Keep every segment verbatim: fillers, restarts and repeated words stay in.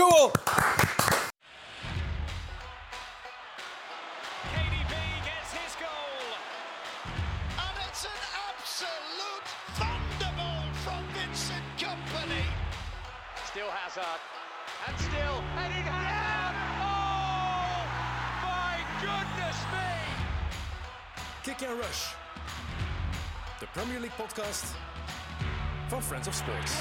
goal! Still Hazard, and still heading Hazard! Oh, my goodness me! Kick and Rush, de Premier League podcast van Friends of Sports.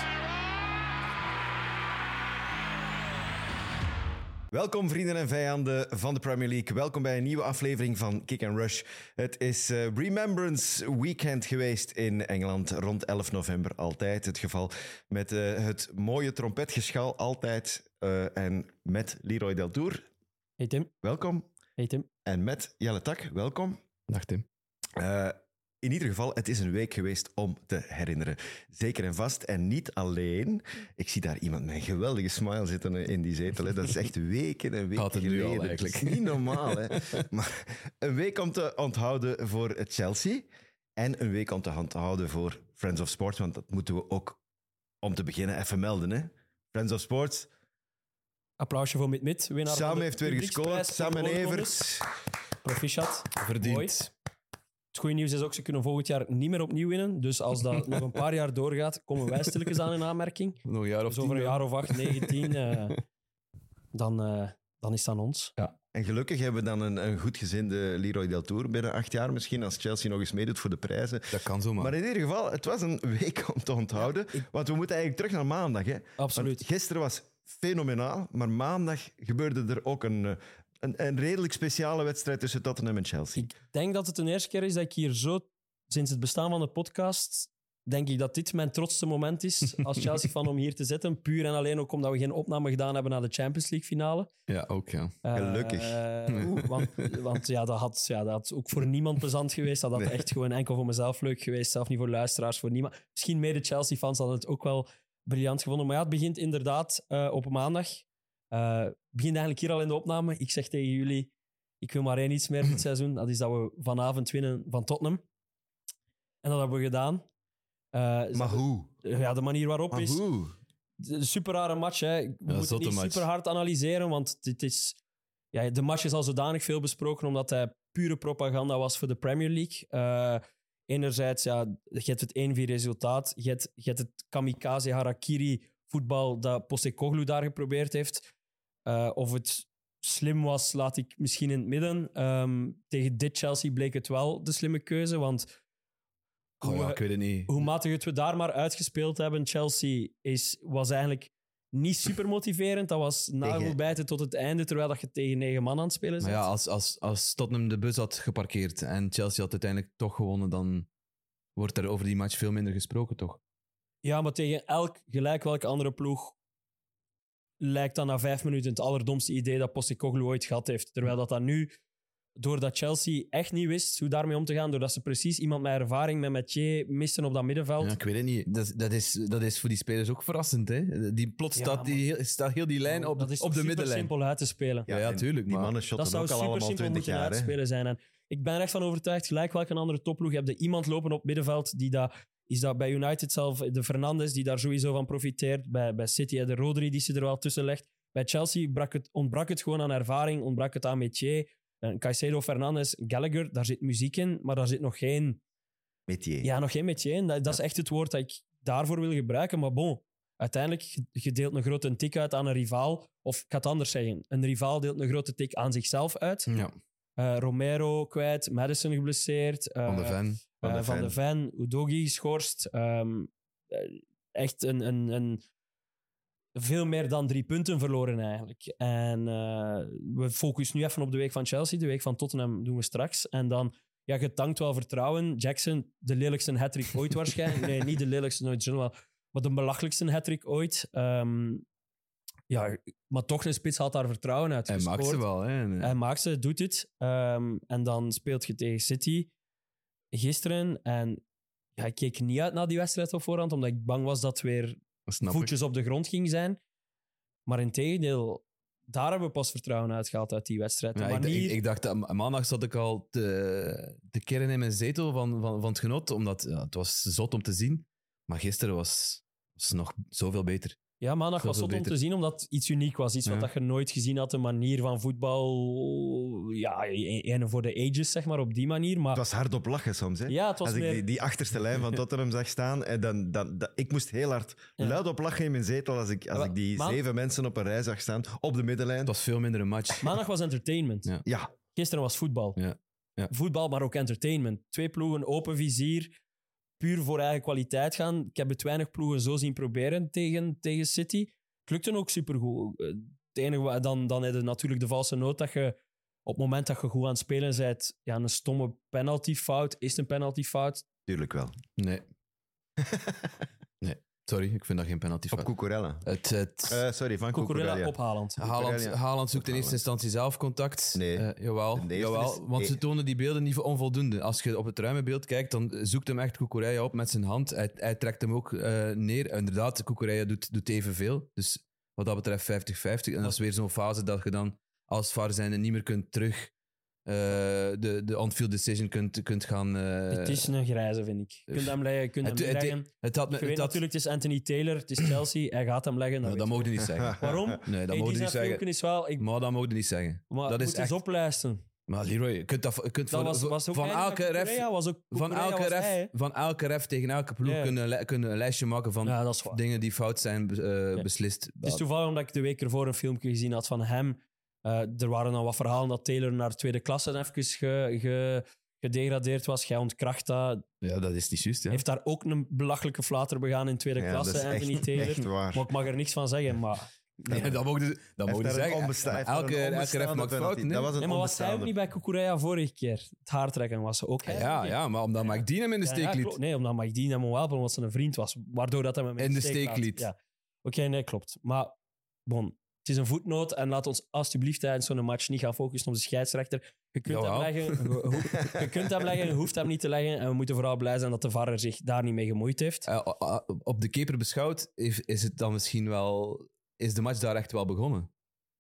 Welkom vrienden en vijanden van de Premier League. Welkom bij een nieuwe aflevering van Kick and Rush. Het is uh, Remembrance Weekend geweest in Engeland rond elf november. Altijd het geval met uh, het mooie trompetgeschal. Altijd. Uh, en met Leroy Deltour. Hey Tim. Welkom. Hey Tim. En met Jelle Tak. Welkom. Dag Tim. Uh, In ieder geval, het is een week geweest om te herinneren. Zeker en vast. En niet alleen. Ik zie daar iemand met een geweldige smile zitten in die zetel. Hè. Dat is echt weken en weken Gaat het nu geleden. al eigenlijk. Dat is niet normaal. Hè. Maar een week om te onthouden voor Chelsea. En een week om te onthouden voor Friends of Sports. Want dat moeten we ook om te beginnen even melden. Hè. Friends of Sports. Applausje voor Mid-Mid. Winnaar Sam van de heeft weer gescoord. Sam en Evert. Proficiat. Verdiend. Mooi. Het goede nieuws is ook, ze kunnen volgend jaar niet meer opnieuw winnen. Dus als dat nog een paar jaar doorgaat, komen wij stilletjes aan in aanmerking. Nog een jaar of Dus over tien. een jaar of acht, negen, tien, uh, dan, uh, dan is het aan ons. Ja. En gelukkig hebben we dan een, een goed gezinde Leroy Deltour binnen acht jaar misschien, als Chelsea nog eens meedoet voor de prijzen. Dat kan zomaar. Maar in ieder geval, het was een week om te onthouden. Ja, ik... Want we moeten eigenlijk terug naar maandag. Hè? Absoluut. Want gisteren was fenomenaal, maar maandag gebeurde er ook een, een, een redelijk speciale wedstrijd tussen Tottenham en Chelsea. Ik denk dat het de eerste keer is dat ik hier zo, sinds het bestaan van de podcast, denk ik dat dit mijn trotste moment is als Chelsea-fan om hier te zitten. Puur en alleen ook omdat we geen opname gedaan hebben naar de Champions League finale. Ja, ook ja. Uh, Gelukkig. Uh, want want ja, dat, had, ja, dat had ook voor niemand plezant geweest. Dat had Nee. echt gewoon enkel voor mezelf leuk geweest. Zelf niet voor luisteraars, voor niemand. Misschien mede Chelsea-fans hadden het ook wel briljant gevonden. Maar ja, het begint inderdaad uh, op maandag. Uh, het begint eigenlijk hier al in de opname. Ik zeg tegen jullie, ik wil maar één iets meer dit seizoen. Dat is dat we vanavond winnen van Tottenham. En dat hebben we gedaan. Uh, Maar hoe? Ja, de manier waarop Maar is... hoe? Een super rare match. Hè. We Ja, moeten het niet match. super hard analyseren, want dit is... Ja, de match is al zodanig veel besproken, omdat hij pure propaganda was voor de Premier League. Uh, enerzijds, ja, je hebt het één vier resultaat. Je hebt, je hebt het kamikaze harakiri voetbal dat Postecoglou daar geprobeerd heeft. Uh, of het slim was, laat ik misschien in het midden. Um, tegen dit Chelsea bleek het wel de slimme keuze, want... Oh, ja, hoe, ik weet het niet. hoe matig het we daar maar uitgespeeld hebben, Chelsea, is, was eigenlijk niet super motiverend. Dat was nagelbijten tot het einde, terwijl dat je tegen negen man aan het spelen Maar bent. ja, als, als, als Tottenham de bus had geparkeerd en Chelsea had uiteindelijk toch gewonnen, dan wordt er over die match veel minder gesproken, toch? Ja, maar tegen elk, gelijk welke andere ploeg, lijkt dat na vijf minuten het allerdomste idee dat Postecoglou ooit gehad heeft. Terwijl dat dat nu, doordat Chelsea echt niet wist hoe daarmee om te gaan, doordat ze precies iemand met ervaring met Metier misten op dat middenveld. Ja, ik weet het niet. Dat, dat, is, dat is voor die spelers ook verrassend. Hè? Die, plots Ja, staat, maar- die, heel- staat heel die lijn op, dat is op de super middenlijn. simpel uit te spelen. Ja, ja, en tuurlijk, Die maar mannen Dat shotten zou ook al super allemaal simpel twintig moeten jaar. Hè? uitspelen zijn. En ik ben er echt van overtuigd, gelijk welke andere topploeg heb je iemand lopen op middenveld die dat... Is dat bij United zelf de Fernandes, die daar sowieso van profiteert. Bij, bij City de Rodri, die ze er wel tussen legt. Bij Chelsea brak het, ontbrak het gewoon aan ervaring, ontbrak het aan métier. En Caicedo, Fernandes, Gallagher, daar zit muziek in, maar daar zit nog geen... Metier. Ja, nog geen métier in. Dat, dat is echt het woord dat ik daarvoor wil gebruiken. Maar bon, uiteindelijk, je- je deelt een grote tik uit aan een rivaal. Of ik ga het anders zeggen. Een rivaal deelt een grote tik aan zichzelf uit. Ja, Uh, Romero kwijt, Madison geblesseerd. uh, Van de Ven. Van de uh, Van Ven. de Ven, Udogie geschorst. Um, uh, echt een, een, een veel meer dan drie punten verloren eigenlijk. En uh, we focussen nu even op de week van Chelsea. De week van Tottenham doen we straks. En dan, ja, je tankt wel vertrouwen. Jackson, de lelijkste hat-trick ooit waarschijnlijk. Nee, niet de lelijkste nooit, wel, maar de belachelijkste hat-trick ooit. Um, ja, maar toch, een spits had daar vertrouwen uit En gescoord. maakt ze wel. Hè? En, En Maakse doet het. Um, en dan speelt je tegen City gisteren. En ja, ik keek niet uit naar die wedstrijd op voorhand, omdat ik bang was dat het weer dat snap voetjes op de grond ging zijn. Maar in tegendeel, daar hebben we pas vertrouwen uitgehaald uit die wedstrijd. ik. De Ja, ik, manier... ik, ik dacht, dat maandag zat ik al te, te keren in mijn zetel van, van, van het genot, omdat ja, het was zot om te zien. Maar gisteren was, was nog zoveel beter. Ja, maandag was Veel zot om beter. te zien, omdat het iets uniek was. Iets Ja. wat dat je nooit gezien had, een manier van voetbal. Ja, een voor de ages, zeg maar, op die manier. Maar Het was hard op lachen soms. Hè? ja, het was Als ik meer... die, die achterste lijn van Tottenham zag staan, en dan, dan, dan, ik moest heel hard Ja. luid op lachen in mijn zetel als ik, als Ja, ik die maar- zeven mensen op een rij zag staan, op de middenlijn. Het was veel minder een match. Maandag was entertainment. Ja. Ja, Gisteren was voetbal. Ja. Ja. Voetbal, maar ook entertainment. Twee ploegen, open vizier, puur voor eigen kwaliteit gaan. Ik heb het weinig ploegen zo zien proberen tegen, tegen City. Het lukte ook supergoed. Eh, Het enige, wa- dan, dan heb je natuurlijk de valse noot dat je op het moment dat je goed aan het spelen bent, ja, een stomme penaltyfout. Is het een penaltyfout? tuurlijk wel. Nee. nee, sorry, ik vind dat geen penalty Op fout. Cucurella. Het, het, Eh, sorry, van Cucurella Cucurella. op Haaland. Haaland, Cucurella. Haaland zoekt in eerste Haaland. instantie zelf contact. Nee. Eh, jawel, De eerste jawel is- want ze nee. tonen die beelden niet onvoldoende. Als je op het ruime beeld kijkt, dan zoekt hem echt Cucurella op met zijn hand. Hij, hij trekt hem ook eh, neer. Inderdaad, Cucurella doet, doet evenveel. Dus wat dat betreft vijftig vijftig. En dat is weer zo'n fase dat je dan als V A R zijnde niet meer kunt terug eh, de, de on-field decision kunt, kunt gaan... eh, Het is een grijze, vind ik. Je kunt hem leggen, je kunt hem het, niet het, leggen. het had me- Je weet het had- natuurlijk, het is Anthony Taylor, het is Chelsea, hij gaat hem leggen. Nou, weet dat je. mogen je niet zeggen. Waarom? Nee, dat Hey, mogen die je niet zijn zeggen. filmpje is wel... Ik, Maar dat mogen je niet zeggen. maar dat is moet echt... eens oplijsten. Maar Leroy, je kunt, dat, je kunt Dat van, was, was ook van, hij elke met ref, Cucurella, was ook van, Cucurella elke was ref, hij, hè. van elke ref tegen elke ploeg Ja. kunnen, le- kunnen een lijstje maken van Ja, dat is waar. dingen die fout zijn eh, beslist. Het is toevallig omdat ik de week ervoor een filmpje gezien had van hem. Uh, er waren dan wat verhalen dat Taylor naar tweede klasse even ge, ge, gedegradeerd was. Jij ontkracht dat. Ja, dat is niet juist. Ja. Heeft daar ook een belachelijke flater begaan in tweede Ja, klasse, dat is Anthony echt, Taylor. echt waar. Maar ik mag er niks van zeggen. Maar, Nee, dat mogen ze dat mogen Hij ze heeft daar een zeggen. onbesta- hij heeft elke, daar een elke ref onbestaande maakt penalty. fouten. Dat hè. was een nee, maar was hij ook onbestaande. niet bij Cucurella vorige keer? Het haartrekken was ze ook hij. Ja, ja, maar omdat McDean hem in de Ja, steek ja, liet. klopt. Nee, omdat McDean hem wou helpen, omdat ze een vriend was. Waardoor dat hij hem In de steek steek laat. liet. Ja. Oké, nee, klopt. Maar bon, het is een voetnoot en laat ons alsjeblieft tijdens zo'n match niet gaan focussen op de scheidsrechter. Je kunt, hem Jawel. leggen, je, ho- je kunt hem leggen, je hoeft hem niet te leggen. En we moeten vooral blij zijn dat de V A R zich daar niet mee gemoeid heeft. Eh, o- o- op de keeper beschouwd, is is het dan misschien wel... Is de match daar echt wel begonnen?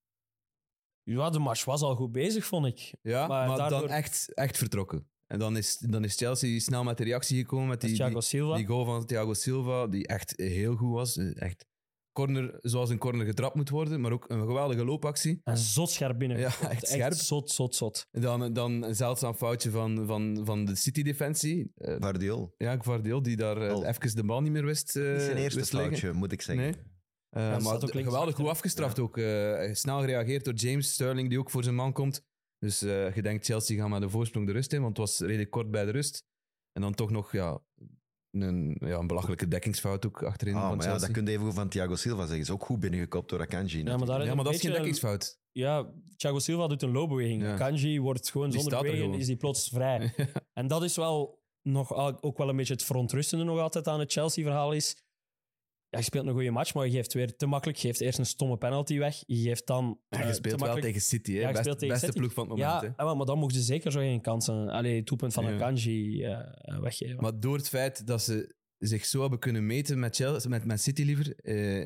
Ja, de match was al goed bezig, vond ik. Ja, Maar maar, daardoor- dan echt, echt vertrokken. En dan is, dan is Chelsea snel met de reactie gekomen met die, Thiago die, Silva. die goal van Thiago Silva, die echt heel goed was. Echt corner zoals een corner getrapt moet worden, maar ook een geweldige loopactie. En zot scherp binnen. Ja, echt scherp. Zot, zot, zot. Dan, dan een zeldzaam foutje van, van, van de City-defensie. Eh, Guardiol. ja, Gvardiol, die daar eh, Oh. even de bal niet meer wist eh Niet zijn eerste wist leggen. foutje, moet ik zeggen. Nee. Eh, Ja, maar staat ook d- links geweldig achter. goed afgestraft ook. eh, snel gereageerd door James Sterling, die ook voor zijn man komt. Dus eh je denkt, Chelsea gaat met een voorsprong de rust in, want het was redelijk kort bij de rust. En dan toch nog ja, een, ja, een belachelijke dekkingsfout ook achterin Ah, van maar ja, Chelsea. dat kun je even goed van Thiago Silva zeggen. Is ook goed binnengekopt door Akanji. Ja, maar, daar ja, maar dat is geen een beetje dekkingsfout. een- Ja, Thiago Silva doet een loopbeweging. Ja. Kanji wordt gewoon Die zonder staat er beweging, gewoon. is die plots vrij. En dat is wel nog, al- ook wel een beetje het verontrustende nog altijd aan het Chelsea-verhaal is. Ja, je speelt een goede match, maar je geeft weer te makkelijk. Je geeft eerst een stomme penalty weg. Je geeft dan... Ja, eh, je te speelt wel makkelijk- tegen City, hè? Ja, je Best, speelt tegen beste City. ploeg van het moment. Ja, hè? maar, maar dan mochten ze zeker zo geen kansen... Allee, het doelpunt van Ja. Akanji eh weggeven. Maar door het feit dat ze zich zo hebben kunnen meten met, Chelsea, met, met City liever, eh,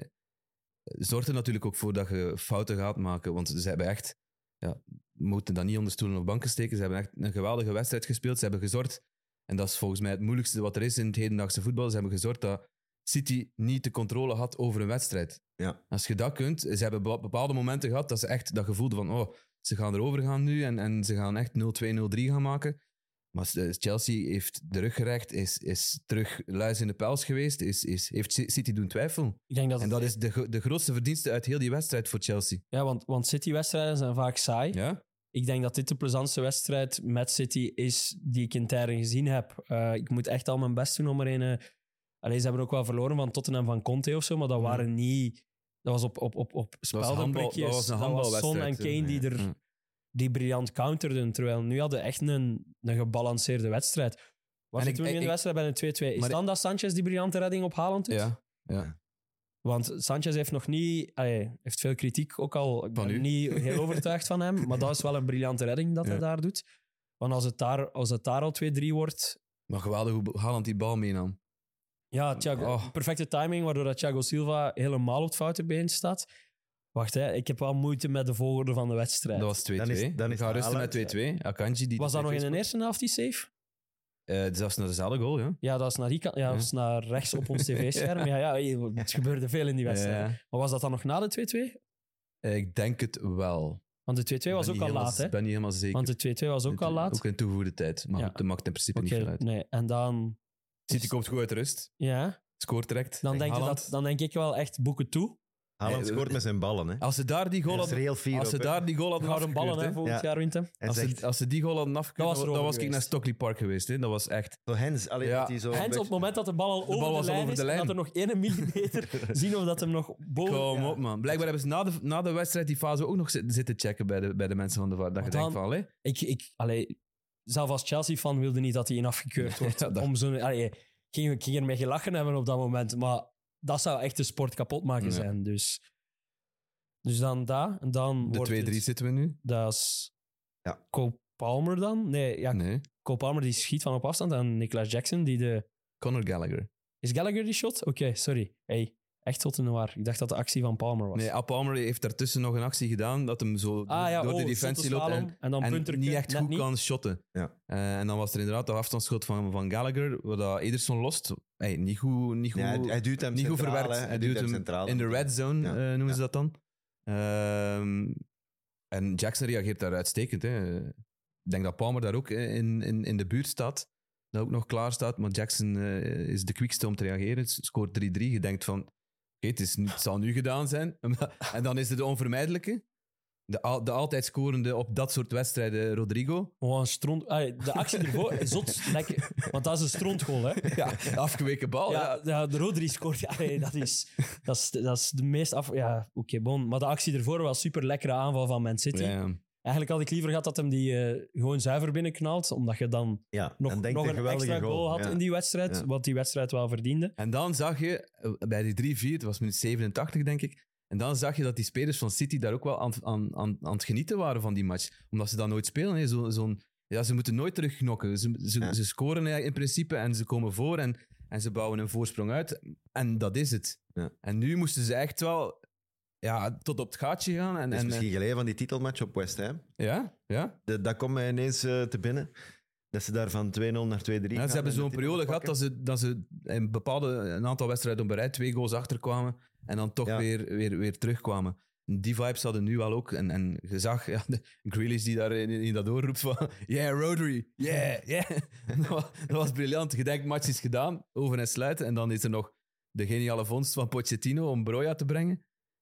zorgt er natuurlijk ook voor dat je fouten gaat maken. Want ze hebben echt, ja, we moeten dat niet onder stoelen of banken steken, ze hebben echt een geweldige wedstrijd gespeeld. Ze hebben gezorgd, en dat is volgens mij het moeilijkste wat er is in het hedendaagse voetbal, ze hebben gezorgd dat City niet de controle had over een wedstrijd. Ja. Als je dat kunt, ze hebben be- bepaalde momenten gehad dat ze echt dat gevoel van, oh, ze gaan erover gaan nu en, en ze gaan echt nul twee nul drie gaan maken. Maar Chelsea heeft de rug gerecht, is, is terug luis in de pels geweest, is, is, heeft City doen twijfelen. Ik denk dat En het- dat is de, gro- de grootste verdienste uit heel die wedstrijd voor Chelsea. Ja, want, want City-wedstrijden zijn vaak saai. Ja? Ik denk dat dit de plezantste wedstrijd met City is die ik in tijden gezien heb. Uh, ik moet echt al mijn best doen om er een... Uh... Allee, ze hebben ook wel verloren van Tottenham van Conte of zo, maar dat Ja. waren niet... Dat was op, op, op, op was handbal- speldenprikjes. dat was een Son en handbalwedstrijd, Kane die, ja. er, Ja. die briljant counterden. Terwijl nu hadden echt een, een gebalanceerde wedstrijd. Waar En zitten ik- we nu in ik- de wedstrijd bij een twee twee? Is maar dan dat Sanchez die briljante redding op Haaland doet? Ja, ja. Want Sanchez heeft nog niet... Allee, heeft veel kritiek ook al. Ik Van ben u? niet heel overtuigd van hem. Maar dat is wel een briljante redding dat Ja. hij daar doet. Want als het daar, als het daar al twee drie wordt... Maar geweldig hoe Haaland die bal meenam. Ja, Thiago, Oh. perfecte timing, waardoor dat Thiago Silva helemaal op het foute been staat. Wacht, hè, ik heb wel moeite met de volgorde van de wedstrijd. Dat was twee Dan twee. is- dan is We gaan rusten Haaland- met twee twee. Akanji die Was dat nog in twee-twee de eerste helft die save? Uh, zelfs naar dezelfde goal, ja. Ja, dat is naar, die kant, ja, dat is naar rechts op ons tv-scherm. Ja, ja, het gebeurde veel in die wedstrijd. Ja. Maar was dat dan nog na de twee-twee? Uh, ik denk het wel. Want de twee-twee was ook al laat, hè? Ik ben niet helemaal zeker. Want de twee-twee was ook al laat. Ook in toegevoegde tijd. Maar Ja. dat maakt in principe Oké, niet veel uit. nee. En dan... City komt goed uit de rust. Ja, Scoort direct. dan denk, je Haaland. dat, dan denk ik wel echt boeken toe. Haaland Eh, scoort met zijn ballen. Hè. Als ze daar die goal Hij is er hadden, heel fier als ze op, hè. daar die goal hadden Gouden ballen, hè, afgekeurd, hè. volgend Ja. jaar, Wintem. Hij Als zegt, ze, als ze die goal hadden afgekeurd, Dat was dan, erover dan was ik geweest. naar Stockley Park geweest. Hè. Dat was echt... zo Hens, alleen Ja. dat hij zo... een Hens, op beetje- het moment dat de bal al bal over de was al lijn over is, de en dat lijn. er nog één millimeter zien of dat hem nog boven... Kom ja. op, man. Blijkbaar hebben ze na de, na de wedstrijd die fase ook nog zitten, zitten checken bij de, bij de mensen van de V A R. Dat je Dan- denkt van, allee, Ik, ik, allee, zelf als Chelsea-fan wilde niet dat hij in afgekeurd wordt. Ja, dat- Om zo'n, allee, ik ging, ik ging ermee gelachen hebben op dat moment, maar dat zou echt de sport kapot maken Ja. zijn. Dus, dus dan dat. En dan de wordt twee drie het, zitten we nu. dat is Ja. Cole Palmer dan? Nee, ja, Nee, Cole Palmer die schiet van op afstand en Nicolas Jackson die de... Conor Gallagher. Is Gallagher die shot? Oké, sorry. Hey, echt tot in de war. Ik dacht dat de actie van Palmer was. Nee, Al Palmer heeft daartussen nog een actie gedaan dat hem zo ah ja, door oh, de defensie loopt slalom, en, en dan en punterke, niet echt net goed niet. kan shotten. Ja. Uh, en dan was er inderdaad de afstandsschot van, van Gallagher, waar dat Ederson lost. Hey, niet goed, niet goed, Nee, hij, hij duwt hem niet goed centraal, verwerkt. hè. Hij duwt hem centraal. in de red zone, Ja. uh, noemen Ja. ze dat dan. Ehm, en Jackson reageert daar uitstekend. Hè. Ik denk dat Palmer daar ook in, in, in de buurt staat. Dat ook nog klaar staat. Maar Jackson uh, is de kwikste om te reageren. Scoort drie drie. Je denkt van, oké, okay, het, is nu- het zal nu gedaan zijn. En dan is het de onvermijdelijke. De, al, de altijd scorende op dat soort wedstrijden, Rodrigo. Oh, een stront... Allee, de actie ervoor is zot lekker. Want dat is een strontgoal, hè? Ja, de afgeweken bal. Ja, Ja. ja, de Rodri scoort. Ja, nee, dat, is, dat, is, dat is de meest af... Ja, oké, okay, bon. Maar de actie ervoor was super lekkere aanval van Man City. Ja. Eigenlijk had ik liever gehad dat hem die uh, gewoon zuiver binnenknalt, omdat je dan Ja, nog, dan denk nog je een geweldige extra goal had Ja. in die wedstrijd, Ja. wat die wedstrijd wel verdiende. En dan zag je, eh, bij die drie vier, het was minuut zevenentachtig, denk ik. En dan zag je dat die spelers van City daar ook wel aan, aan, aan, aan het genieten waren van die match. Omdat ze dat nooit spelen. Hè. Zo, zo'n, ja, ze moeten nooit terugknokken. Ze, ze, Ja. ze scoren eigenlijk in principe en ze komen voor en, en ze bouwen een voorsprong uit. En dat is het. Ja. En nu moesten ze echt wel ja, tot op het gaatje gaan. En, Dat is en, misschien geleden van die titelmatch op West Ham. ja, ja. De- Dat komt mij ineens uh, te binnen. Dat ze daar van twee nul naar twee drie Ja, gaan ze hebben en de zo'n titel periode gehad pakken. dat ze, dat ze in bepaalde, een aantal wedstrijden op een rij twee goals achterkwamen en dan toch Ja. weer, weer, weer terugkwamen. Die vibes hadden nu al ook. En, en je zag ja, de Grealish die daar in, in dat doorroept van yeah, Rodri, yeah, yeah. dat, was, dat was briljant. Je denkt, match is gedaan, over en sluiten. En dan is er nog de geniale vondst van Pochettino om Broja te brengen.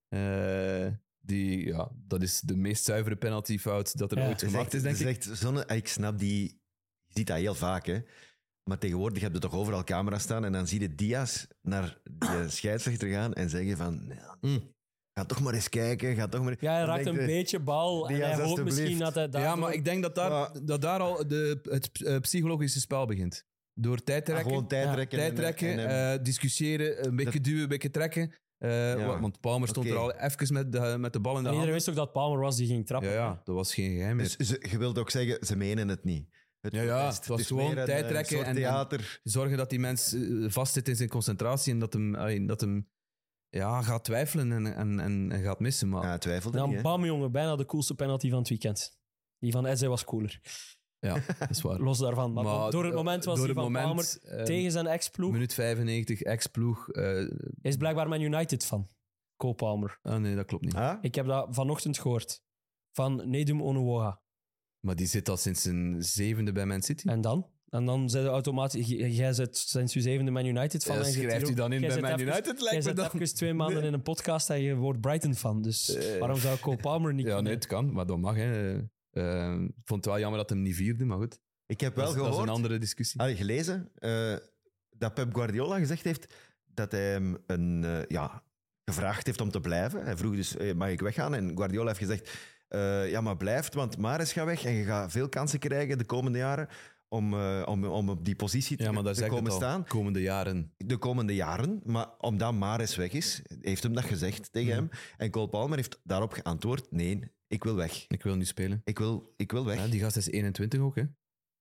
Uh, die, ja, dat is de meest zuivere penaltyfout dat er Ja. ooit Het is gemaakt echt- is, denk het ik. is echt zonne, ik snap die... Je ziet dat heel vaak, hè. Maar tegenwoordig heb je toch overal camera's staan en dan zie je Diaz naar die scheidsrechter gaan en zeggen van... "Nou, Mm. ga toch maar eens kijken, ga toch maar... Ja, hij Dan raakt denk een je, beetje bal en Diaz, hij hoopt alstublieft. misschien dat hij daardoor... Ja, maar ik denk dat daar, Maar- dat daar al de, het uh, psychologische spel begint. Door tijd te Ah, rekken, gewoon tijd Ja. trekken. tijd en- trekken en- en- eh, discussiëren, een beetje Dat- duwen, een beetje trekken. Uh, Ja. Want Palmer stond Oké. er al even met de, met de bal in de En iedereen hand. wist ook dat Palmer was die ging trappen. Ja, ja, dat was geen geheim meer. Dus ze, je wilt ook zeggen, ze menen het niet. Het Ja, ja, protest. het was is gewoon meer een, tijd een trekken soort en- en- theater. Zorgen dat die mens uh, vastzit in zijn concentratie en dat hem, uh, dat hem ja, gaat twijfelen en, en, en, en gaat missen. Maar Ja, twijfelde Dan niet, hè. bam, jongen, bijna de coolste penalty van het weekend. Die van Eze was cooler. ja, dat is waar. Los daarvan. Maar, Maar, door het uh, moment was door hij het van moment, Palmer uh, tegen zijn ex-ploeg. Minuut vijfennegentig, ex-ploeg. Uh, Hij is blijkbaar Man United van. Cole Palmer. ah, nee, dat klopt niet. Ah? Ik heb dat vanochtend gehoord. Van Nedum Onuoha. Maar die zit al sinds zijn zevende bij Man City. En dan? En dan zei de automatisch... j- Jij zit sinds je zevende Man United van. Ja, en je zit schrijft hier u ook- dan in jij bij zit Man even- United, Jij lijkt me zit dan. even twee maanden in een podcast en je wordt Brighton van. Dus Eh. waarom zou Cole Palmer niet Ja, kunnen? nee, het kan, maar dat mag. Hè. Uh, ik vond het wel jammer dat hem niet vierde, maar goed. Ik heb wel Dat, is- dat gehoord... is een andere discussie. Had je gelezen uh, dat Pep Guardiola gezegd heeft dat hij hem een, uh, ja, gevraagd heeft om te blijven. Hij vroeg dus, eh, mag ik weggaan? En Guardiola heeft gezegd, uh, ja, maar blijft, want Mahrez gaat weg en je gaat veel kansen krijgen de komende jaren om, uh, om, om op die positie te, Ja, maar daar te zeg ik komen het al. staan. Komende jaren. De komende jaren. Maar omdat Mahrez weg is, heeft hem dat gezegd tegen Mhm. hem. En Cole Palmer heeft daarop geantwoord, nee, ik wil weg. Ik wil nu spelen. Ik wil, ik wil weg. Ja, die gast is eenentwintig ook, hè?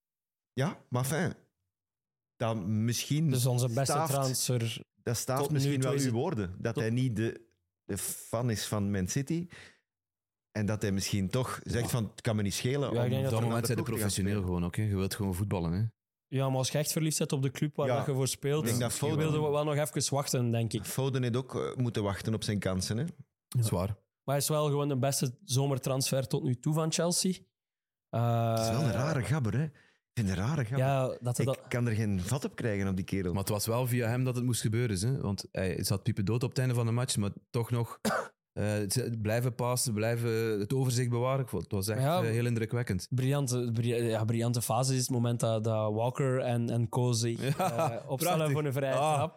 Ja, maar fijn. Dat misschien Dus onze beste staaft- transfer... Dat staaft Tot misschien nu toe wel is uw het- woorden. Dat tot- hij niet de, de fan is van Man City. En dat hij misschien toch zegt van, het kan me niet schelen. Ja, ik denk om dat Op dat naar moment de zijn de ploeg te gaan professioneel spelen. gewoon ook. Hè. Je wilt gewoon voetballen. Hè. Ja, maar als je echt verliefd bent op de club waar Ja, dat je voor speelt, ik denk dat je Foden- wilde wel nog even wachten, denk ik. Foden heeft ook uh, moeten wachten op zijn kansen. Hè? Zwaar. Maar hij is wel gewoon de beste zomertransfer tot nu toe van Chelsea. Uh, Het is wel een rare gabber, hè? Ik vind het een rare gabber. Ja, dat hij Ik dat... kan er geen vat op krijgen op die kerel. Maar het was wel via hem dat het moest gebeuren. Hè? Want hij zat piepen dood op het einde van de match, maar toch nog uh, blijven passen, blijven het overzicht bewaren. Ik vond- Het was echt Ja, uh, heel indrukwekkend. Briljante, bri- ja, briljante fase is het moment dat, dat Walker en, en Cozy Ja, uh, opstellen prachtig. voor een vrije Ah. trap.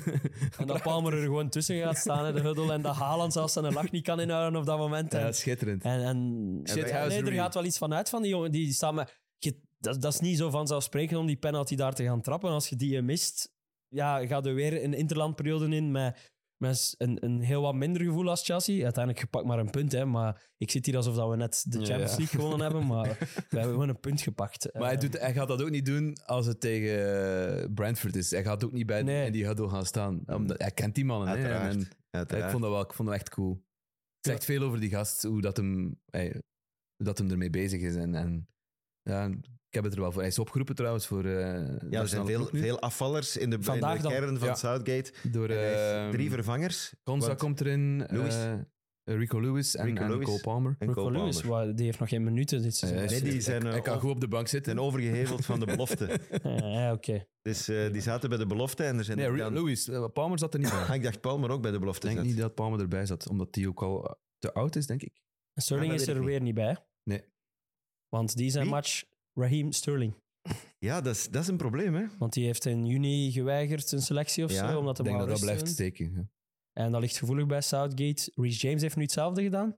En dat Palmer er gewoon tussen gaat staan in de huddle en dat Haaland zelfs zijn lach niet kan inhouden op dat moment. En, Ja, schitterend. en, en Shithousery. nee, er gaat wel iets van uit van die jongen. Die staat met, je, dat, dat is niet zo vanzelfsprekend om die penalty daar te gaan trappen. Als je die mist, ja, gaat er weer een interlandperiode in met, met een, een heel wat minder gevoel als Chelsea. Uiteindelijk gepakt maar een punt, hè, maar ik zit hier alsof dat we net de Ja, Champions ja. League gewonnen hebben, maar we hebben gewoon een punt gepakt. Maar hij, doet, hij gaat dat ook niet doen als het tegen uh, Brentford is. Hij gaat ook niet bij Nee. in die huddle gaan staan. Omdat, hij kent die mannen. Hè? Uiteraard. En, en, Uiteraard. ik vond dat wel ik vond dat echt cool. Het zegt veel over die gast, hoe dat hem, hey, hoe dat hem ermee bezig is. En, en ja, ik heb het er wel voor. Hij is opgeroepen trouwens voor. Uh, Ja, er zijn veel, veel afvallers in de, in Vandaag de dan. kern van Ja. Southgate. Door En hij heeft uh, drie vervangers. Konza want- komt erin, Lewis. uh, Rico Lewis en, Rico en Lewis. Cole Palmer. En Rico Cole Lewis, Palmer. wa- die heeft nog geen minuten dit seizoen. Uh, Nee, die zijn, hij, hij uh, kan op- goed op de bank zitten. zijn overgeheveld van de belofte. Ja, ja, oké. Dus uh, die zaten bij de belofte en er zijn Nee, er Ri- dan- Lewis. Uh, Palmer zat er niet bij. Ah, ik dacht Palmer ook bij de belofte Ik denk zat. niet dat Palmer erbij zat, omdat die ook al te oud is, denk ik. Sterling Ja, dat is weet er ik weer niet bij. Nee. Want die zijn Wie? match Raheem Sterling. Ja, dat is, dat is een probleem, hè? Want die heeft in juni geweigerd een selectie of Ja, zo, omdat Ik hij denk dat wou dat blijft rusten. steken. Ja. En dat ligt gevoelig bij Southgate. Reece James heeft nu hetzelfde gedaan.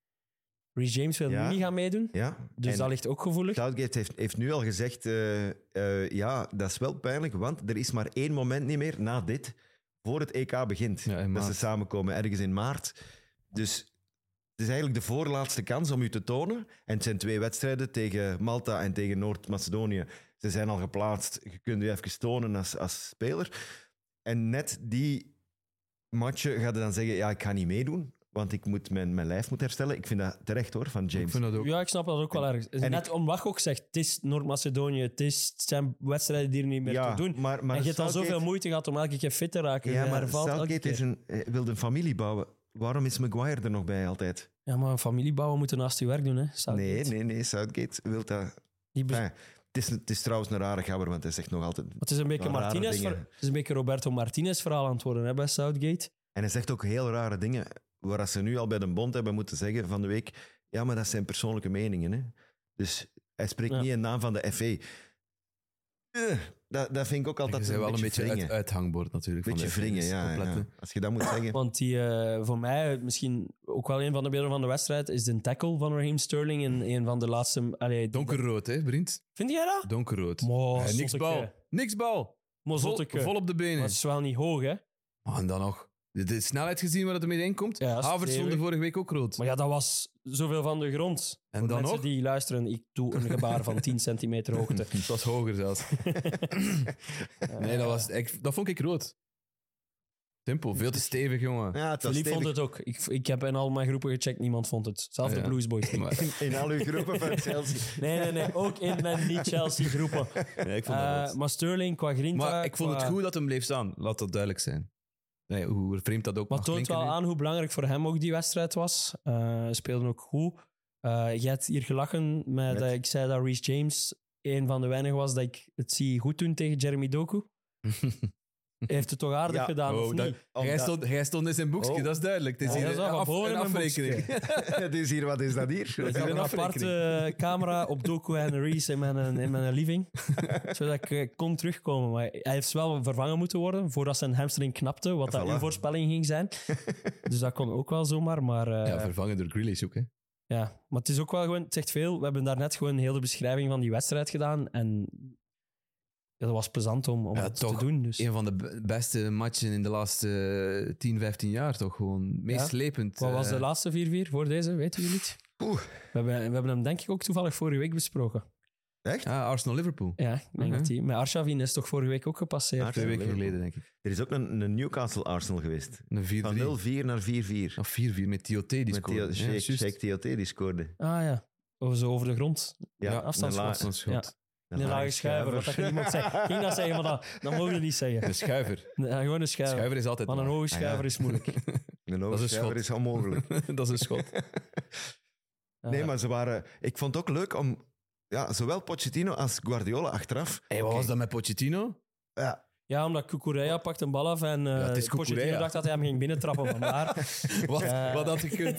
Reece James wil Ja. nu niet gaan meedoen. Ja. Dus En dat ligt ook gevoelig. Southgate heeft, heeft nu al gezegd, uh, uh, ja, dat is wel pijnlijk, want er is maar één moment niet meer na dit, voor het E K begint, Ja, in dat maart. ze samenkomen, ergens in maart. Dus het is eigenlijk de voorlaatste kans om u te tonen. En het zijn twee wedstrijden tegen Malta en tegen Noord-Macedonië. Ze zijn al geplaatst. Je kunt je even tonen als, als speler. En net die matchen gaat je dan zeggen, ja, ik ga niet meedoen, want ik moet mijn, mijn lijf moet herstellen. Ik vind dat terecht, hoor, van Ik James. vind dat ook. Ja, ik snap dat ook wel erg. en Net ik- om wat je ook zegt, het is Noord-Macedonië, het, is, het zijn wedstrijden die er niet meer Ja, te doen. maar, maar en je hebt al Southgate- zoveel moeite gehad om elke keer fit te raken. Ja, Je maar hervalt elke Southgate is keer. een, hij wil een familie bouwen. Waarom is Maguire er nog bij altijd? Ja, maar een familie bouwen moet naast je werk doen, hè? Southgate. Nee, nee, nee. Southgate wil dat... Die be- Enfin, het, is, het is trouwens een rare gabber, want hij zegt nog altijd... Het is een beetje, Wel rare Martinez dingen. ver- het is een beetje Roberto Martinez verhaal aan het worden hè, bij Southgate. En hij zegt ook heel rare dingen, waar ze nu al bij de bond hebben moeten zeggen van de week, ja, maar dat zijn persoonlijke meningen. Hè? Dus hij spreekt Ja. niet in naam van de F A. Eh, dat, dat vind ik ook altijd Je bent wel een beetje wringen. uit, uithangbord natuurlijk. beetje van de wringen, F A, dus ja, opletten. ja. Als je dat moet zeggen. Want die, eh, voor mij misschien ook wel een van de beelden van de wedstrijd is de tackle van Raheem Sterling in een van de laatste... Allee, Donkerrood, hè, vriend? Vind jij dat? Donkerrood. Mo, Eh, niks zotteke. bal. Niks bal. Mo, Vol, zotteke. vol op de Maar benen. het is wel niet hoog, hè? Oh, en dan nog. De, de snelheid gezien waar het ermee heen komt. Ja, Havertz stevig. stond vorige week ook rood. Maar ja, dat was zoveel van de grond. En Voor dan mensen nog? die luisteren, ik doe een gebaar van tien centimeter hoogte. Het was hoger zelfs. nee, dat, was, ik, dat vond ik rood. Simpel. Veel te stevig, jongen. Ja, het was Philippe vond stevig. het ook. Ik, ik heb in al mijn groepen gecheckt, niemand vond het. Zelfs Ah, de ja. Blues Boys niet. Maar, In al uw groepen van Chelsea. Nee, nee, nee. Ook in mijn niet-Chelsea-groepen. ja, ik vond dat Eh, rood. maar Sterling, qua grinta... Maar ik vond het qua- goed dat hem bleef staan. Laat dat duidelijk zijn. Nee, hoe vreemd dat ook Maar mag het toont klinken wel nu. aan hoe belangrijk voor hem ook die wedstrijd was. Uh, Hij speelde ook goed. Uh, je hebt hier gelachen met, Met? dat ik zei dat Reece James een van de weinigen was dat ik het zie goed doen tegen Jeremy Doku. Hij heeft het toch aardig Ja. gedaan, of Oh, dat- niet? Omdat- Jij stond, jij stond in zijn boekje, Oh. dat is duidelijk. Het is Ja, hier dat is wel een, van af, boven een in mijn afrekening. Het is hier, wat is dat hier? Ik heb een een afrekening. aparte camera op Doku en Reece in mijn, in mijn living, zodat ik eh, kon terugkomen. Maar hij heeft wel vervangen moeten worden voordat zijn hamstring knapte, wat dat Voilà. uw voorspelling ging zijn. Dus dat kon ook wel zomaar, maar... eh, Ja, vervangen door Grealish ook, hè. Ja, maar het is ook wel gewoon, het zegt veel. We hebben daarnet gewoon heel de beschrijving van die wedstrijd gedaan. En ja, dat was plezant om, om Ja, het toch te doen. Dus. Een van de be- beste matchen in de laatste tien, vijftien jaar, toch gewoon. Meest Ja. slepend. Wat was eh, de laatste vier vier voor deze? Weten jullie het? Oeh. We hebben, we hebben hem denk ik ook toevallig vorige week besproken. Echt? Ah, Arsenal-Liverpool. Ja, ik denk Mhm. dat die. Met Arshavin is toch vorige week ook gepasseerd. Ah, Twee weken Liverpool. geleden, denk ik. Er is ook een, een Newcastle-Arsenal geweest. Een vier Van drie. nul vier naar vier vier. Of vier vier met T O T die Met scoorde. Theo- Ja, Sheikh juist. Sheikh T O T die scoorde. Ah ja, over, zo over de grond. Ja, afstandsschot. een la- Afstandsschot. Ja. Een lage schuiver, wat dat je niet mag zeggen. Ik ging dat zeggen, maar dat, dat mogen we niet zeggen. Een schuiver. Nee, gewoon een schuiver. Schuiver is altijd Maar een laag. hoge schuiver Ah, ja. is moeilijk. Een Dat is een schot. overschrijver is onmogelijk. Dat is een schot. Nee, Uh, maar ze waren... Ik vond het ook leuk om... Ja, zowel Pochettino als Guardiola achteraf... Hey, wat was dat met Pochettino? Ja, Ja, omdat Cucurella pakt een bal af en uh, het is Pochettino Cucurella. dacht dat hij hem ging binnentrappen vandaar. Wat, Eh. wat had gekund?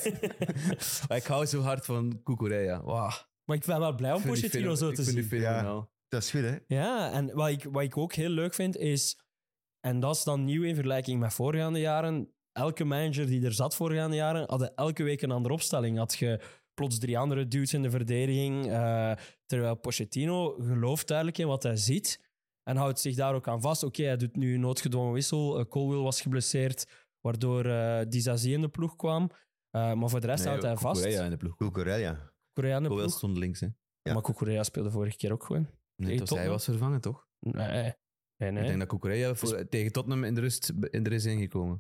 Ik hou zo hard van Cucurella. Wow. Maar ik ben wel blij om Ik vind die Pochettino feno- zo ik te vind die zien. fenomenaal. dat is goed, hè? Ja, en wat ik, wat ik ook heel leuk vind is, en dat is dan nieuw in vergelijking met voorgaande jaren, elke manager die er zat voorgaande jaren, had elke week een andere opstelling. Had je plots drie andere dudes in de verdediging, uh, terwijl Pochettino gelooft duidelijk in wat hij ziet en houdt zich daar ook aan vast. Oké, okay, hij doet nu een noodgedwongen wissel. Uh, Colwill was geblesseerd, waardoor uh, Disasi in de ploeg kwam. Uh, maar voor de rest Nee, houdt hij vast. Cucurella in de ploeg. Cucurella. Cucurella in de Colwill ploeg. stond links, hè. Ja. Maar Cucurella speelde vorige keer ook gewoon. Nee, Tegen dat hij Tottenham? was vervangen, toch? Nee, nee, nee. Ik denk dat Cucurella voor, tegen Tottenham in de rust in de is ingekomen.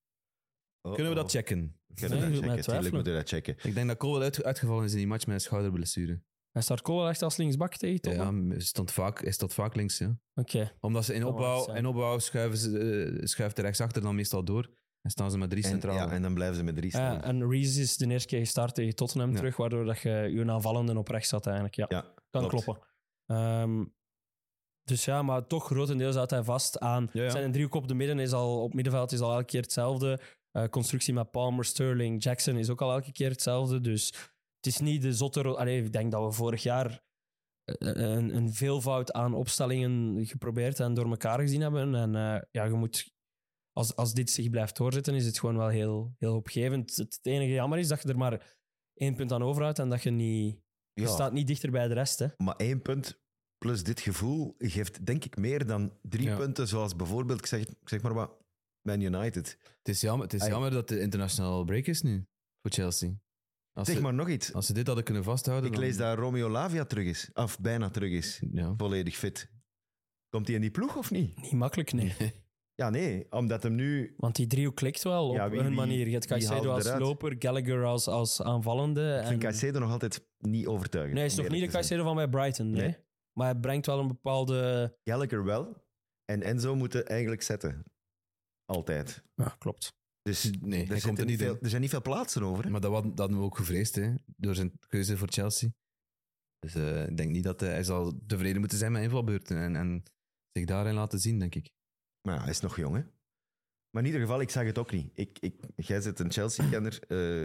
Oh, Kunnen we oh. dat checken? Kunnen we Nee, dat je moet mij checken? Tuurlijk twijfelen. moeten we dat checken. Ik denk dat Colwill uit, uitgevallen is in die match met een schouderblessure. Hij start Colwill echt als linksbak tegen Ja, Tottenham? hij stond vaak, hij stond vaak links, ja. Oké. Omdat ze in Kan wel opbouw, zijn. in opbouw schuiven ze, uh, schuift de rechtsachter dan meestal door. En staan ze met drie En, centraal. ja, en dan blijven ze met drie staan. Ja, en Reese is de eerste keer gestart tegen Tottenham Ja. terug, waardoor dat je je aanvallende op rechts zat eigenlijk. Ja, Ja, kan klopt. kloppen. Ehm, dus ja, maar toch grotendeels houdt hij vast aan. Ja, ja. Zijn driehoek op de midden is al, op middenveld is al elke keer hetzelfde. Uh, constructie met Palmer, Sterling, Jackson is ook al elke keer hetzelfde. Dus het is niet de zotte... ro- Allee, ik denk dat we vorig jaar een, een veelvoud aan opstellingen geprobeerd en door elkaar gezien hebben. En uh, ja, je moet... Als, als dit zich blijft doorzetten, is het gewoon wel heel, heel opgevend. Het enige jammer is dat je er maar één punt aan overhoudt en dat je niet... Je Ja. staat niet dichter bij de rest, hè. Maar één punt plus dit gevoel geeft denk ik meer dan drie Ja. punten, zoals bijvoorbeeld, ik zeg, ik zeg maar wat, Man United. Het is, jammer, het is Ai. jammer dat de international break is nu voor Chelsea. Als Zeg ze, maar nog iets. als ze dit hadden kunnen vasthouden... Ik dan- lees dat Romeo Lavia terug is, of bijna terug is, Ja. volledig fit. Komt hij in die ploeg of niet? Niet makkelijk, nee. Ja, nee, omdat hem nu... Want die driehoek klikt wel op Ja, wie- hun wie- manier. Je hebt wie Caicedo haalde als eruit? loper, Gallagher als, als aanvallende. Ik vind en... Caicedo nog altijd niet overtuigend. Nee, hij is om nog niet de eerlijk te zijn. Caicedo van bij Brighton, nee. Nee. Maar hij brengt wel een bepaalde... Gallagher wel. En Enzo moeten eigenlijk zetten. Altijd. Ja, klopt. Dus Nee, er, hij komt zitten er niet veel, in. er zijn niet veel plaatsen over. Hè? Maar dat, had- dat hadden we ook gevreesd, hè, door zijn keuze voor Chelsea. Dus eh, ik denk niet dat hij, hij zal tevreden moeten zijn met invalbeurten en, en zich daarin laten zien, denk ik. Maar ja, hij is nog jong, hè? Maar in ieder geval, ik zag het ook niet. Ik, ik, jij zit een Chelsea-kenner. eh,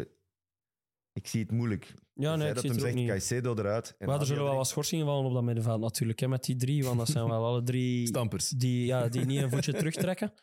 ik zie het moeilijk. Ja, nee, Zij ik dat zie hem het ook zegt, niet. Caicedo eruit. En Maar er Lavia zullen wel erin. wat schorsingen vallen op dat middenveld natuurlijk, hè, met die drie. Want dat zijn wel alle drie Stampers. die, ja, die niet een voetje terugtrekken.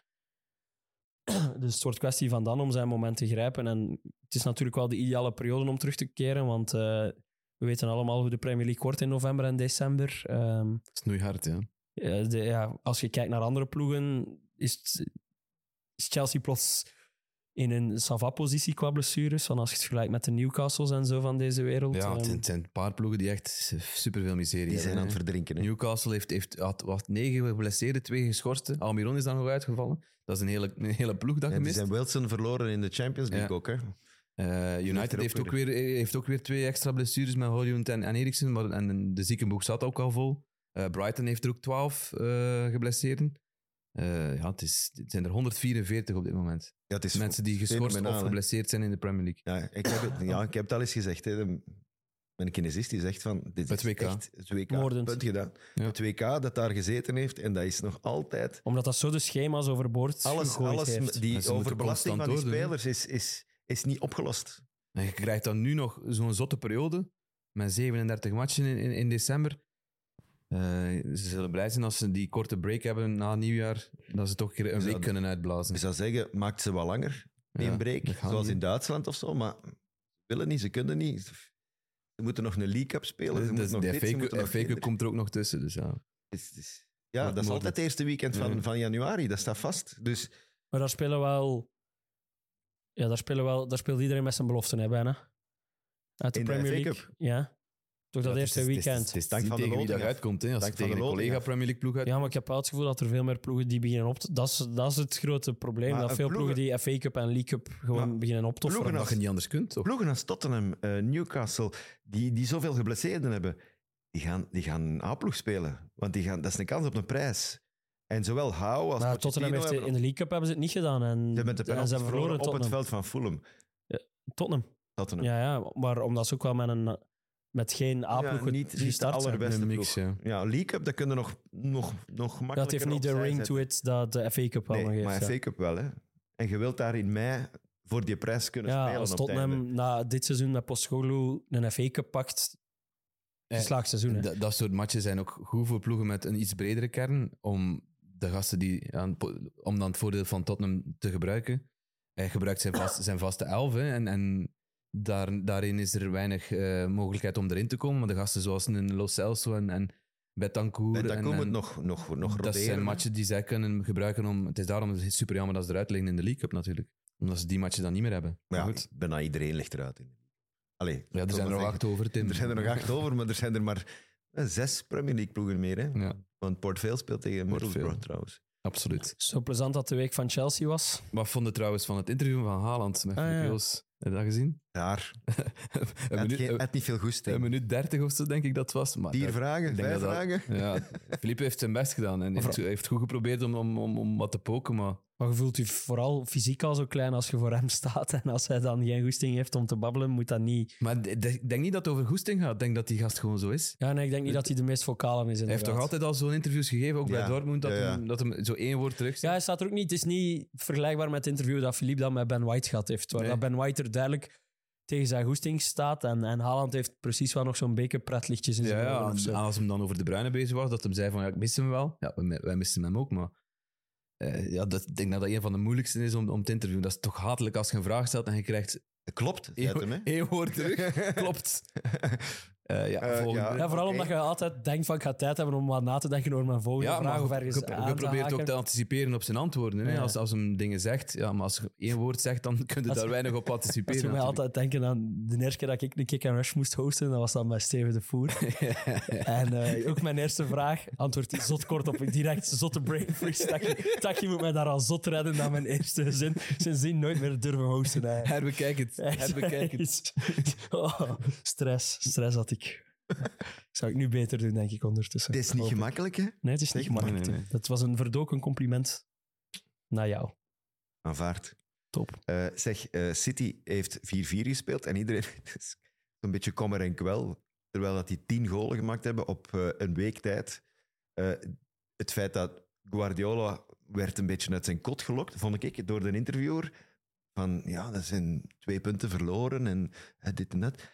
Dus het wordt kwestie van dan om zijn moment te grijpen. En het is natuurlijk wel de ideale periode om terug te keren, want uh, we weten allemaal hoe de Premier League wordt in november en december. Um, Snoeihard, ja. uh, de, ja, als je kijkt naar andere ploegen, is, het, is Chelsea plots in een savant-positie qua blessures. Van als je het vergelijkt met de Newcastles en zo van deze wereld. Ja, het Um, zijn, het zijn een paar ploegen die echt superveel miserie Die zijn hebben. aan het hè. verdrinken. Hè? Newcastle heeft, heeft had, had negen geblesseerde, twee geschorsten. Almiron is dan nog uitgevallen. Dat is een hele, een hele ploeg dat Ja, die gemist. zijn Wilson verloren in de Champions League Ja. ook. Hè? Uh, United er ook heeft ook, weer. weer, heeft ook weer twee extra blessures met Højlund en, en Eriksen. Maar, en de ziekenboeg zat ook al vol. Uh, Brighton heeft er ook twaalf uh, geblesseerden. Uh, ja, het, is, het zijn er honderdvierenveertig op dit moment. Ja, het is Mensen die geschorst fenomenaal, of hè. geblesseerd zijn in de Premier League. Ja, ik heb het, ja, ik heb het al eens gezegd. Hè. De- Mijn kinesist die zegt van... Dit Het is W K. echt het W K. Moordend. Punt gedaan. Ja. Het W K dat daar gezeten heeft en dat is nog altijd... Omdat dat zo de schema's overboord Alles, gegooid alles heeft. die Maar ze moeten overbelasting van constant die doordoen, spelers is, is, is niet opgelost. En je krijgt dan nu nog zo'n zotte periode met zevenendertig matchen in, in, in december. Uh, ze zullen blij zijn als ze die korte break hebben na nieuwjaar, dat ze toch een keer een Ze week zouden- kunnen uitblazen. Ik zou zeggen, maakt ze wat langer, die Ja, een break. dat gaat Zoals niet. in Duitsland of zo, maar ze willen niet, ze kunnen niet. Ze moeten nog een League Cup spelen. Ze Dus moeten nog de dit, ze moeten nog F A Cup kinder. komt er ook nog tussen. Dus ja. Het is- het is- Ja, Ja, dat is maar altijd dat- het eerste weekend van, Ja. van januari. Dat staat vast. Dus Maar daar spelen wel... Ja, daar, spelen wel, daar speelt iedereen met zijn beloften, hè, bijna. Uit de In de Premier F A League. Cup? Ja. Toch dat Ja, eerste het is- het is- weekend. Het is, Dank niet van de tegen wie dat loting af. uitkomt. Hè. Als Dank het van tegen de een loting collega af. Premier League ploeg uit. Ja, maar ik heb wel het gevoel dat er veel meer ploegen die beginnen op te... Dat is, dat is het grote probleem. Maar dat een veel ploegen- ploegen die F A Cup en League Cup gewoon Maar beginnen op te offeren. ploegen Omdat je niet anders kunt, toch? ploegen als Tottenham, eh, Newcastle, die, die zoveel geblesseerden hebben, die gaan, die gaan een A-ploeg spelen. Want die gaan, dat is een kans op een prijs. En zowel Howe als Maar Tottenham heeft hebben, in de League Cup hebben ze het niet gedaan. En, ze hebben met de en penalties ze hebben verloren op het Tottenham. veld van Fulham. Tottenham. Tottenham. Ja, ja, maar omdat ze ook wel met, een, met geen A-ploeg Ja, niet, niet de gestart zijn. allerbeste Een mix, ploeg. ja. Ja, League Cup, dat kunnen nog, nog, nog gemakkelijker Dat heeft niet de opzij ring zetten. to it dat de F A Cup wel Nee, nog heeft. maar ja. F A Cup wel, hè. En je wilt daar in mei voor die prijs kunnen Ja, spelen als op het einde. Tottenham na dit seizoen met Postecoglou een F A Cup pakt, geslaagd seizoen. Hè. Dat, dat soort matchen zijn ook goed voor ploegen met een iets bredere kern, om de gasten die aan, om dan het voordeel van Tottenham te gebruiken. Hij gebruikt zijn, vast, zijn vaste elf, hè, en, en daar, daarin is er weinig uh, mogelijkheid om erin te komen. Maar de gasten zoals een Lo Celso en, en Betancourt... En dan en, komen en, het nog, nog, nog dat roteren, zijn hè. matchen die zij kunnen gebruiken om... Het is daarom super jammer dat ze eruit liggen in de League Cup natuurlijk. Omdat ze die matchen dan niet meer hebben. Maar Maar ja, goed. bijna iedereen ligt eruit. In. Allee, Ja, er ik zijn wil er nog maar acht over, Tim. zeggen, er zijn er nog acht over, maar er zijn er maar eh, zes Premier League ploegen meer. Hè? Ja, Want Port Vale speelt tegen Port Vale. Middlesbrough trouwens. absoluut. Zo plezant dat de week van Chelsea was. Wat vond je trouwens van het interview van Haaland met Ah, Filip ja. Joos? Heb je dat gezien? Raar. een, Het minuut, geen, een, het niet veel een goesting. minuut dertig of zo, denk ik dat het was. Maar Vier dat- vragen, ik denk vijf dat dat- vragen. Ja, Philippe heeft zijn best gedaan en heeft, heeft goed geprobeerd om, om, om, om wat te poken, maar Maar je voelt je vooral fysiek al zo klein als je voor hem staat. En als hij dan geen goesting heeft om te babbelen, moet dat niet... Maar d- d- ik denk niet dat het over goesting gaat. Ik denk dat die gast gewoon zo is. Ja, nee, ik denk niet dat hij de meest vocale is. Hij heeft inderdaad. toch altijd al zo'n interviews gegeven, ook bij Ja, Dortmund, dat, ja, ja. Hem, dat hem zo één woord terug Ja, zegt. hij staat er ook niet. Het is niet vergelijkbaar met het interview dat Philippe dan met Ben White gehad heeft. Waar Nee. dat Ben White er duidelijk tegen zijn goesting staat. En, en Haaland heeft precies wel nog zo'n beetje pretlichtjes in Ja, zijn ja, ogen of en zo. als hem dan over de Bruyne bezig was, dat hem zei van, ja, ik mis hem wel. Ja, wij, wij missen hem ook, maar... eh, ja, dat, ik denk dat dat een van de moeilijkste is om, om te interviewen. Dat is toch hatelijk als je een vraag stelt en je krijgt Klopt, zei het hem, hè. één, één woord terug. Klopt. Eh, ja, Eh, volgende. ja. Ja, vooral Oké. omdat je altijd denkt van ik ga tijd hebben om wat na te denken over mijn volgende Ja, vraag maar of je, ergens je, aan je te probeert ook haken. te anticiperen op zijn antwoorden. Hè? Ja. Als, als hem dingen zegt, ja, maar als je één woord zegt, dan kun je Als- daar weinig op Dat anticiperen. doet mij natuurlijk. altijd denken aan de eerste keer dat ik een Kick and Rush moest hosten. Dat was dan bij Steven de Voer. En eh, ook mijn eerste vraag antwoordt hij zot kort op. Direct zotte brain freeze. Takje, Takje moet mij daar al zot redden na mijn eerste zin. Sindsdien nooit meer durven hosten. Hè. Herbekijk het. Echt, Herbekijk het. Oh, stress. Stress had ik. Zou ik nu beter doen, denk ik, ondertussen. Het is niet Hoop ik. gemakkelijk, hè? Nee, het is niet Zeg maar. gemakkelijk. Nee, nee, Dat was een verdoken compliment naar jou. Aanvaard. Top. Eh, zeg, eh, City heeft vier vier gespeeld en iedereen is een beetje kommer en kwel. Terwijl dat die tien golen gemaakt hebben op eh, een week tijd. Eh, het feit dat Guardiola werd een beetje uit zijn kot gelokt, vond ik, door de interviewer. Van, ja, dat zijn twee punten verloren en eh, dit en dat.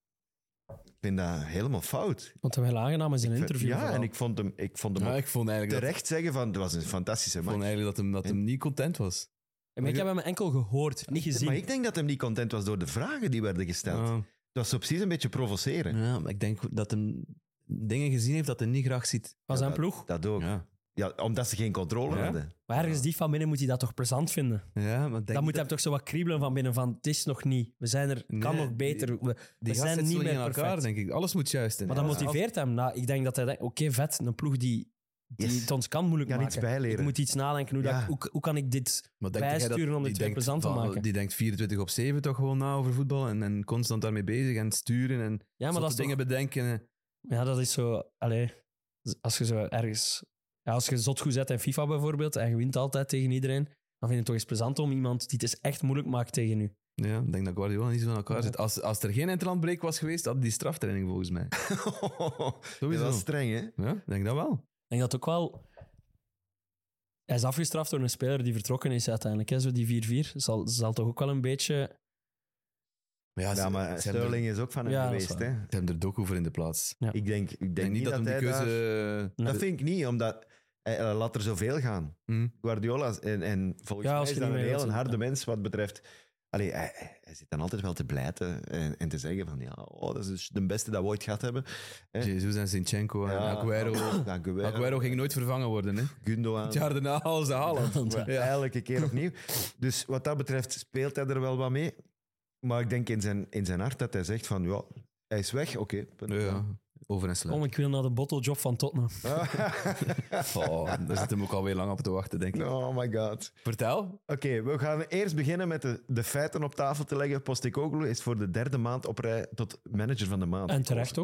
Ik vind dat helemaal fout. Want hem heel aangenaam is in een Ik vind- interview. Ja, vooral. en ik vond hem, ik vond hem Ja, ook ik vond eigenlijk dat, terecht zeggen van, het was een fantastische ik match. vond eigenlijk dat, hem, dat hem niet content was. Maar ik heb hem enkel gehoord, niet gezien. Maar ik denk dat hem niet content was door de vragen die werden gesteld. Ja. Dat was zo precies een beetje provoceren. Ja, maar ik denk dat hem dingen gezien heeft dat hij niet graag ziet. Van zijn dat- ploeg. Dat ook. Ja. Ja, omdat ze geen controle Ja. hadden. Maar ergens diep van binnen moet hij dat toch plezant vinden. ja maar denk Dan moet dat- hem toch zo wat kriebelen van binnen van het is nog niet. We zijn er, kan Nee, nog beter. We, die we gast zijn zit niet zo meer in elkaar, perfect. denk ik. Alles moet juist zijn. Maar dat Ja, motiveert hem. Nou, ik denk dat hij denkt, oké, vet, een ploeg die, die Yes. het ons kan moeilijk Kan maken. iets bijleren. Ik moet iets nadenken. Hoe, Ja. dat, hoe, hoe kan ik dit Maar denk jij bijsturen om die dit weer denkt plezant te van- maken? Die denkt vierentwintig op zeven toch gewoon na over voetbal en, en constant daarmee bezig en sturen en Ja, maar dat is dingen toch- bedenken. Ja, dat is zo... Allee, als je zo ergens... Ja, als je zot goed zet in FIFA bijvoorbeeld en je wint altijd tegen iedereen, dan vind je het toch eens plezant om iemand die het eens echt moeilijk maakt tegen u. Ja, ik denk dat Guardiola niet zo aan elkaar Ja. zit. Als, als er geen interlandbreak was geweest, had die straftraining volgens mij. Dat was streng, hè? Ja, ik denk dat wel. Ik denk dat ook wel... Hij is afgestraft door een speler die vertrokken is uiteindelijk. Hè? Zo die vier vier zal, zal toch ook wel een beetje... Maar ja, Ja, ze, maar ze, hebben er, Sterling is ook van hem Ja, dat is geweest, waar. hè? ze hebben er doku voor in de plaats. Ja. Ik denk, ik denk, Ik denk niet dat, hem die hij keuze... daar... Dat vind ik niet, omdat hij, hij laat er zoveel gaan. Hm. Guardiola, en, en volgens Ja, mij als is je dat niet een mee heel wilt, een harde ja. mens wat betreft... Allee, hij, hij zit dan altijd wel te blijten en, en te zeggen van ja, oh, dat is dus de beste dat we ooit gehad hebben. Hè? Jesus en Zinchenko en Ja, Aguero. Aguero, Aguero ging nooit vervangen worden. Hè? Gundogan. Het jaar daarna als de Haaland. Ja. Elke keer opnieuw. Dus wat dat betreft speelt hij er wel wat mee. Maar ik denk in zijn, in zijn hart dat hij zegt van ja, hij is weg, oké. punt. Ja, ja. Over en sluit. Kom, ik wil naar de bottlejob van Tottenham. Oh, daar zit hem ook alweer lang op te wachten, denk ik. Oh my god. Vertel. Oké, we gaan eerst beginnen met de, de feiten op tafel te leggen. Postecoglou is voor de derde maand op rij tot manager van de maand. En terecht ook.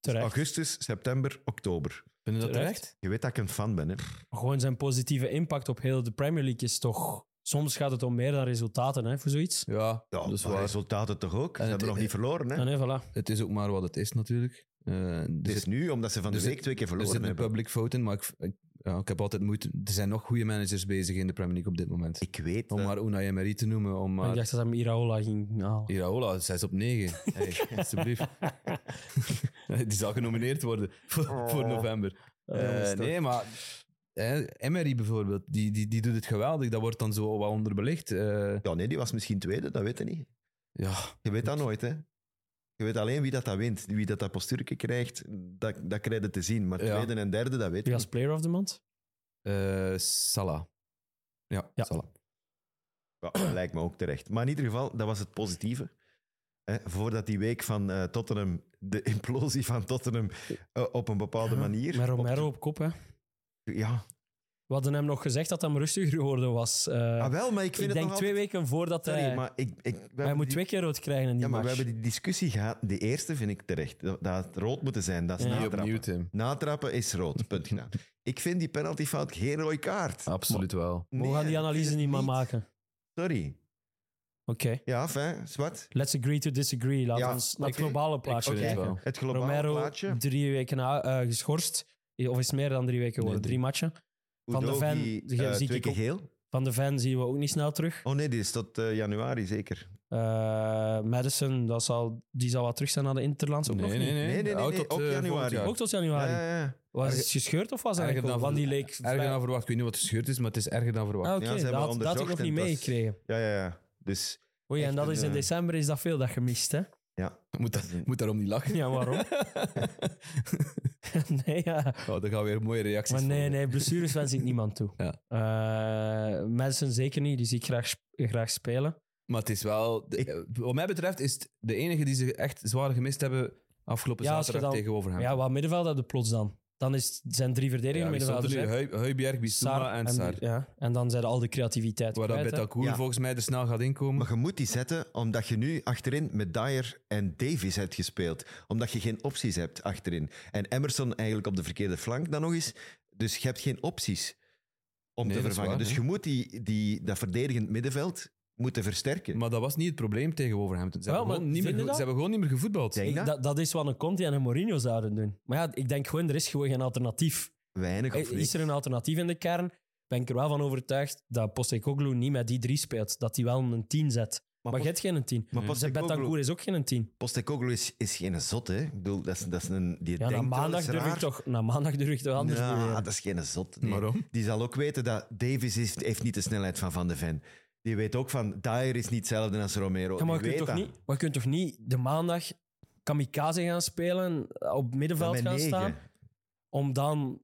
Terecht. Augustus, september, oktober. Vind je dat Terecht. terecht? Je weet dat ik een fan ben, hè? Gewoon zijn positieve impact op heel de Premier League is toch... Soms gaat het om meer dan resultaten, hè, voor zoiets. Ja, Ja, dat is maar waar. resultaten toch ook? Ze En hebben het- nog niet verloren, hè? En nee, voilà. Het is ook maar wat het is natuurlijk. Uh, er Het is zit- nu, omdat ze van de er week zit- twee keer er verloren zit een hebben. public fout in, maar ik, ik, ja, ik heb altijd moeite. Er zijn nog goede managers bezig in de Premier League op dit moment. Ik weet Om dat. maar Unai Emery te noemen, om Maar ik maar... dacht dat hij Iraola ging halen. Iraola, zes op negen. Hey, alsjeblieft. Die zal genomineerd worden voor, voor november. Eh, Eh, nee, maar eh, Emery bijvoorbeeld, die, die, die doet het geweldig. Dat wordt dan zo wat onderbelicht. Eh, Ja, nee, die was misschien tweede, dat weet je niet. ja, Je weet dat nooit, hè? Je weet alleen wie dat, dat wint. Wie dat, dat postuurtje krijgt, dat, dat krijg je te zien. Maar Ja. tweede en derde, dat weet je Wie was niet. player of the month? eh, Salah. Ja, Ja. Salah. Ja, dat lijkt me ook terecht. Maar in ieder geval, dat was het positieve. Hè, voordat die week van eh, Tottenham, de implosie van Tottenham eh, op een bepaalde manier... Met Romero op kop, hè. Ja, We hadden hem nog gezegd dat hij rustiger geworden was. Eh, ah, wel, maar ik ik vind denk het nog twee altijd... weken voordat Sorry, hij... maar ik... ik we hij hebben moet die- twee keer rood krijgen in die Ja, maar we match. hebben die discussie gehad. De eerste vind ik terecht. Dat, dat het rood moeten zijn, dat is Ja. Niet natrappen. opnieuw, Tim. Natrappen is rood, punt gedaan. Ik vind die penaltyfout geen rode kaart. Absoluut wel. Maar we Nee, gaan die ik analyse vind niet het meer maken. Sorry. Oké. Ja, fijn, zwart. Let's agree to disagree. Laten Ja, we ons naar het oké. globale plaatje Ik vind het kijken. wel. Het globale Romero, plaatje. drie weken na, eh, geschorst. Of is het meer dan drie weken geworden? Nee, drie matchen. Van de Udogie, Ven, eh, die zie twee ik keer ook. geel. Van de Ven zien we ook niet snel terug. Oh nee, die is tot eh, januari zeker. Eh, Madison, dat zal, die zal wat terug zijn naar de Interlands ook Nee, nog nee, niet. nee. Nee, nee, nee, Oud nee, tot, ook eh, januari. volgend jaar. Ook tot januari. Ja, ja, ja. Was Erger- het gescheurd of was het Erger enkel? dan, Want die ver- leek... erger vrij- dan verwacht. Ik weet niet wat gescheurd is, maar het is erger dan verwacht. Ah, oké, Ja, ze dat, hebben had- dat had ik nog onderzocht niet en het was- meegekregen. ja, ja, ja. Dus Oei, en echt dat een, is in eh, december is dat veel dat je mist, hè? ja. Moet, daar- moet daarom niet lachen. Ja, waarom? nee, ja. Oh, dan gaan weer mooie reacties Maar nee, volgen. nee, blessures wens ik niemand toe. Ja. Eh, Madison zeker niet, die zie ik graag, sp- graag spelen. Maar het is wel... de- wat mij betreft is het de enige die ze echt zwaar gemist hebben afgelopen Ja, als je zaterdag dan- tegen Wolverhampton. Ja, wat middenveld hebben de plots dan? Dan is, zijn drie verdedigende Ja, wie stond er middenvelders. nu? hè. Hui- Huijbjerg, Bissouma Sar en Sar. Ja, en dan zijn al de creativiteit Waar dat kwijt, hè. Betancourt Ja. volgens mij er snel gaat inkomen. Maar je moet die zetten omdat je nu achterin met Dyer en Davies hebt gespeeld. Omdat je geen opties hebt achterin. En Emerson eigenlijk op de verkeerde flank dan nog eens. Dus je hebt geen opties om Nee, te dat is vervangen. waar, dus hè. je moet die, die, dat verdedigend middenveld moeten versterken. Maar dat was niet het probleem tegen Wolverhampton. Ze, Wel, hebben, maar gewoon niet meer, vind je ge- dat? ze hebben gewoon niet meer gevoetbald. Denk Ik- dat? dat, dat is wat een Conte en een Mourinho zouden doen. Maar ja, ik denk gewoon, er is gewoon geen alternatief. Weinig of Is niks. er een alternatief in de kern? Ben ik er wel van overtuigd dat Postecoglou niet met die drie speelt. Dat hij wel een tien zet. Maar, Post- je hebt geen tien. Maar Dus Postecoglou, Betancourt is ook geen tien. Postecoglou is, is geen zot, hè? Ik bedoel, dat is, dat is een... Die Ja, na denkt wel maandag, eens durf ik raar. toch, na maandag durf ik toch anders Ja, beweren. dat is geen zot. Nee. Waarom? Die zal ook weten dat Davies is, heeft niet de snelheid van Van de Ven. Die weet ook van, Dyer is niet hetzelfde als Romero. Ja, maar je Die kunt, weet toch dat. niet, maar je kunt toch niet de maandag kamikaze gaan spelen, op middenveld Met gaan negen. staan, om dan,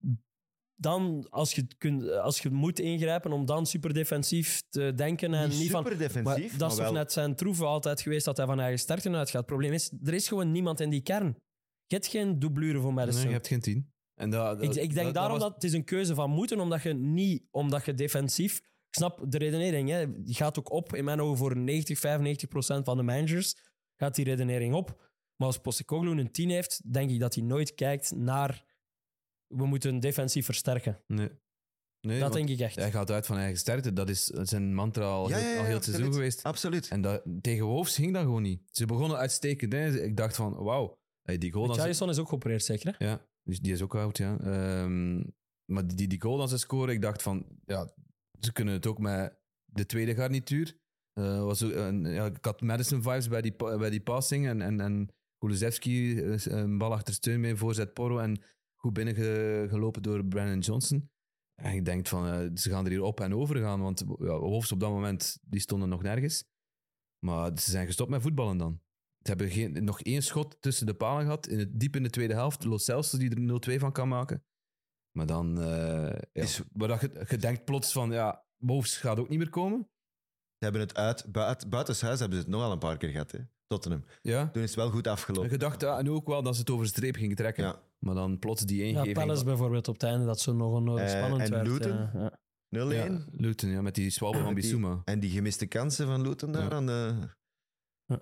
dan als, je kunt, als je moet ingrijpen, om dan super defensief te denken en Niet niet van... super Maar defensief, dat is maar toch wel- net zijn troef altijd geweest dat hij van eigen sterkte uitgaat. Het probleem is, er is gewoon niemand in die kern. Je hebt geen doublure voor Nee, Madison. je hebt geen tien. En dat, ik, ik denk daarom was- dat het is een keuze van moeten, omdat je niet, omdat je defensief... Ik snap de redenering, hè. Die gaat ook op, in mijn ogen, voor negentig, vijfennegentig procent van de managers gaat die redenering op. Maar als Postecoglou een tien heeft, denk ik dat hij nooit kijkt naar... We moeten defensief versterken. Nee. Nee, dat want denk ik echt. Hij gaat uit van eigen sterkte. Dat is zijn mantra al, Ja, heel, ja, ja, al heel het seizoen absoluut. geweest. Absoluut. En dat, tegen Wolves ging dat gewoon niet. Ze begonnen uitstekend. Hè. Ik dacht van, wauw. Hey, die goal dan ze- Richarlison is ook geopereerd, zeker? Hè? Ja, dus die is ook oud, ja. Ehm, maar die, die goal dan ze scoren, ik dacht van, ja, ze kunnen het ook met de tweede garnituur. Eh, was ook, een- ja, ik had Madison-vibes bij die, pa- bij die passing en, en, en Kulusevski, eh, een bal achter steun mee, voorzet Porro en goed binnengelopen door Brandon Johnson. En ik denk van, eh, ze gaan er hier op en over gaan, want ja, Wolves op dat moment, die stonden nog nergens. Maar ze zijn gestopt met voetballen dan. Ze hebben geen, nog één schot tussen de palen gehad, in het, diep in de tweede helft. Lo Celso die er nul twee van kan maken. Maar dan... eh ja, Is- maar dat je, je denkt plots van, ja, Wolves gaat ook niet meer komen. Ze hebben het uit, buiten, buitenshuis hebben ze het nogal een paar keer gehad, hè? Tottenham. Ja. Toen is het wel goed En afgelopen. je dacht ja, en ook wel dat ze het over de streep gingen trekken. Ja. Maar dan plots die Ja, ingeving. Palace bijvoorbeeld op het einde, dat zo nog onnodig Eh, spannend en werd. Luton? Ja, ja. nul één. ja, Luton, ja, met die zwalbe van Met die- Bissouma. En die gemiste kansen van Luton daar Ja. aan de...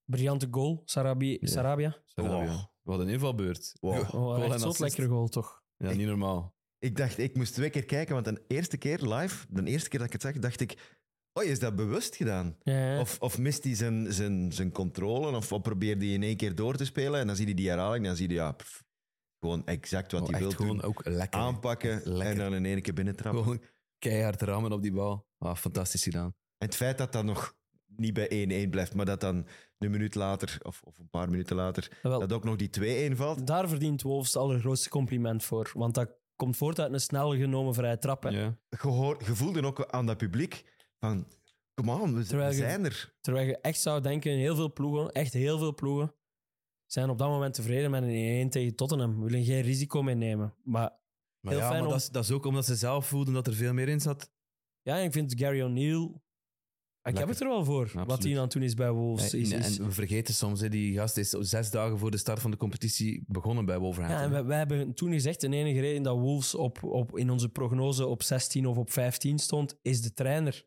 Briljante goal, Sarabi, Ja. Sarabia. Sarabia. Wow. Wat een invalbeurt. Wow. Go- Oh, goal echt en zo'n assist. lekkere goal, toch? Ja, niet normaal. Ik dacht, ik moest twee keer kijken, want de eerste keer live, de eerste keer dat ik het zag, dacht ik, oh, is dat bewust gedaan? Ja, ja. Of, of mist hij zijn, zijn, zijn controle, of, of probeert hij in één keer door te spelen, en dan zie hij die herhaling, en dan zie je, ja, pff, gewoon exact wat Oh, hij wil echt doen. gewoon ook lekker. Aanpakken Lekker. en dan in één keer binnentrappen. Gewoon keihard rammen op die bal. Ah, fantastisch gedaan. En het feit dat dat nog niet bij één-één blijft, maar dat dan een minuut later, of, of een paar minuten later, Wel, dat ook nog die twee-één valt. daar verdient Wolves het allergrootste compliment voor. Want dat komt voort uit een snel genomen vrije trap. Hè. Ja. Je, hoor, je voelde ook aan dat publiek van, come on, we, Terwijl we je- zijn er. Terwijl je echt zou denken, heel veel ploegen, echt heel veel ploegen, zijn op dat moment tevreden met een één-één tegen Tottenham. We willen geen risico mee nemen. Maar Maar, Heel ja, fijn maar om- dat, is, dat is ook omdat ze zelf voelden dat er veel meer in zat. ja, ik vind Gary O'Neill... Ik heb Lekker. het er wel voor, Absoluut. wat hij aan het doen is bij Wolves. En, Is, is- en we vergeten soms, hè, die gast is zes dagen voor de start van de competitie begonnen bij ja, Wolverhampton. en wij, wij hebben toen gezegd, de enige reden dat Wolves op, op, in onze prognose op zestien of op vijftien stond, is de trainer.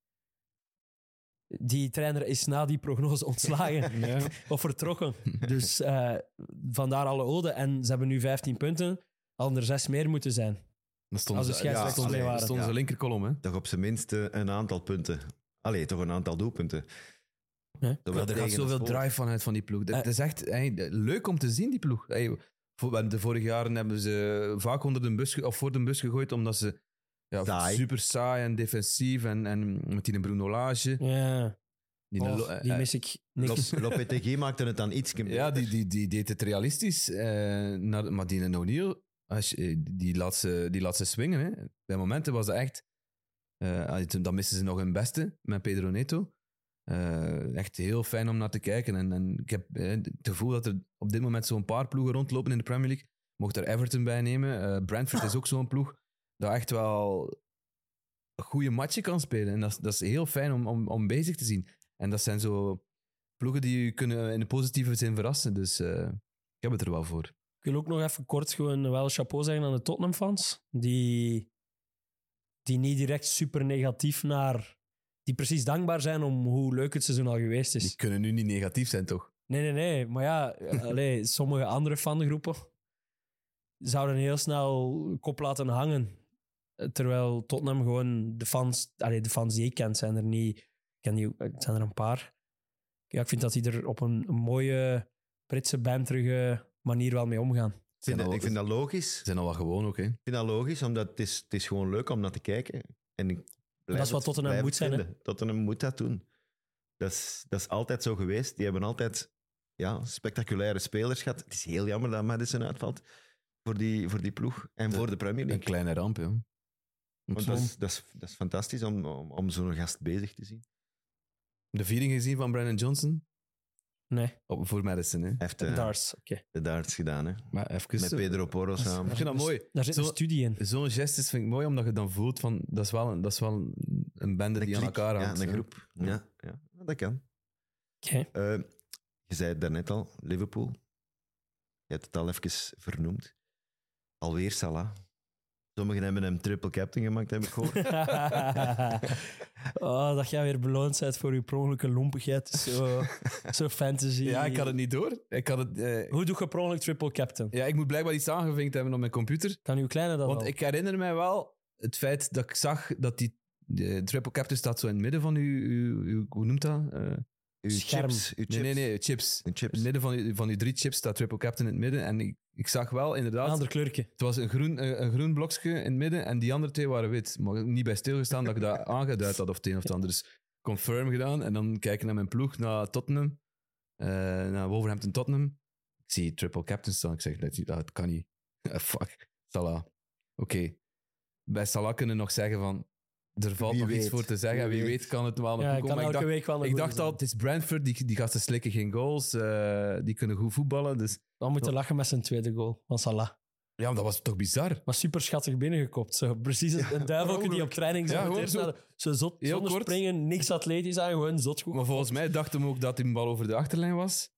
Die trainer is na die prognose ontslagen Ja. of vertrokken. Dus eh, vandaar alle ode. En ze hebben nu vijftien punten. Hadden er zes meer moeten zijn. Dan stonden Als de ze, ja, scheidsrechters allee, mee dan waren. stonden ze Ja. linkerkolom. Hè. Toch op zijn minst eh, een aantal punten. Allee, toch een aantal doelpunten. Ja. Zowel Ja, er gaat tegen zoveel als voor. drive vanuit van die ploeg. Dat, Eh. dat is echt hey, leuk om te zien, die ploeg. Hey, voor, de vorige jaren hebben ze vaak onder de bus, ge- of voor de bus gegooid, omdat ze ja, Saai. super saai en defensief en, en met die Bruno Lage. Ja, Die, oh, lo- eh, die mis ik niks. Lop- Lopetegui maakte het dan iets meer. ja, die, die, die deed het realistisch. Eh, naar, maar die O'Neill, als je- die, laat ze, die laat ze swingen. Hè. Bij momenten was dat echt... eh, dan missen ze nog hun beste met Pedro Neto. Eh, echt heel fijn om naar te kijken. En, en ik heb eh, het gevoel dat er op dit moment zo'n paar ploegen rondlopen in de Premier League. Mocht er Everton bij nemen. Eh, Brentford is ook zo'n ploeg dat echt wel een goede matchen kan spelen. En dat, is- dat is heel fijn om, om, om bezig te zien. En dat zijn zo ploegen die je kunnen in de positieve zin verrassen. Dus eh, ik heb het er wel voor. Ik wil ook nog even kort gewoon wel chapeau zeggen aan de Tottenham-fans. Die, die niet direct super negatief naar... Die precies dankbaar zijn om hoe leuk het seizoen al geweest is. Die kunnen nu niet negatief zijn, toch? Nee, nee, nee. Maar ja, allee, sommige andere fangroepen zouden heel snel kop laten hangen. Terwijl Tottenham gewoon de fans... Allee, de fans die ik ken, zijn er niet... Ik ken die, het zijn er een paar. Ja, ik vind dat die er op een, een mooie, Britse, banterige manier wel mee omgaan. Ik vind, dat, al- ik vind dat logisch. Ze zijn al wel gewoon ook, hè? Ik vind dat logisch, omdat het is, het is gewoon leuk om naar te kijken. En ik blijf Dat is wat het- Tottenham blijf moet het zijn, hè? vinden. Tottenham moet dat doen. Dat is, dat is altijd zo geweest. Die hebben altijd ja, spectaculaire spelers gehad. Het is heel jammer dat Madison uitvalt voor die, voor die ploeg en De- voor de Premier Een League. kleine ramp, ja. Want dat is, dat, is, dat is fantastisch om, om, om zo'n gast bezig te zien. De viering gezien van Brandon Johnson? Nee, Op, voor Madison, hè? Hij heeft eh, darts. Oké. de darts gedaan, hè? Maar even... Met Pedro Porro samen. Ik vind dat mooi. Daar zit Zo- een studie in. Zo'n gestes vind ik mooi, omdat je dan voelt van... Dat is wel een, dat is wel een, een bende Een die aan klik, elkaar ja, hangt. een hè. groep. Ja, ja, dat kan. Oké. Eh, je zei het daarnet al, Liverpool. Je hebt het al even vernoemd. Alweer Salah. Sommigen hebben hem triple captain gemaakt, heb ik gehoord. oh, dat jij weer beloond bent voor je per lompigheid. Zo, zo fantasy. Ja, ik had het niet door. Ik had het... eh, Hoe doe je per ongeluk triple captain? ja, ik moet blijkbaar iets aangevinkt hebben op mijn computer. Kan uw kleine dat Want al? ik herinner mij wel het feit dat ik zag dat die de triple captain staat zo in het midden van uw... uw, uw- hoe noemt dat? Eh, Uw Scherm. chips. Uw chips. Nee, nee, nee, chips. Uw In chips. het midden van uw, van uw drie chips staat triple captain in het midden. En ik, ik zag wel inderdaad... Ander kleurtje. Het was een groen, een, een groen blokje in het midden en die andere twee waren wit. Maar niet bij stilgestaan dat ik dat aangeduid had of het een of het ander. Dus confirm gedaan en dan kijken naar mijn ploeg, naar Tottenham, eh, naar Wolverhampton Tottenham. Ik zie triple captain staan. Ik zeg, dat, dat kan niet. Fuck, Salah. Oké. Bij Salah kunnen we nog zeggen van, er valt Wie nog iets weet. voor te zeggen. Wie Wie weet. weet kan het wel nog Ja, goed ik komen. kan Maar ik elke dacht, week wel een ik goeie dacht al, zijn. het is Brentford, die, die gasten slikken geen goals, eh, die kunnen goed voetballen. Dus Dan moet je lachen met zijn tweede goal van Salah. ja, maar dat was toch bizar. Maar super schattig binnengekopt. Zo. Precies een, een duiveltje die op training Ja, zat. gewoon Ja, zo. zo zot, Heel zonder kort. springen, niks atletisch aan, gewoon zot goed. Maar volgens mij dachten we ook dat die bal over de achterlijn was.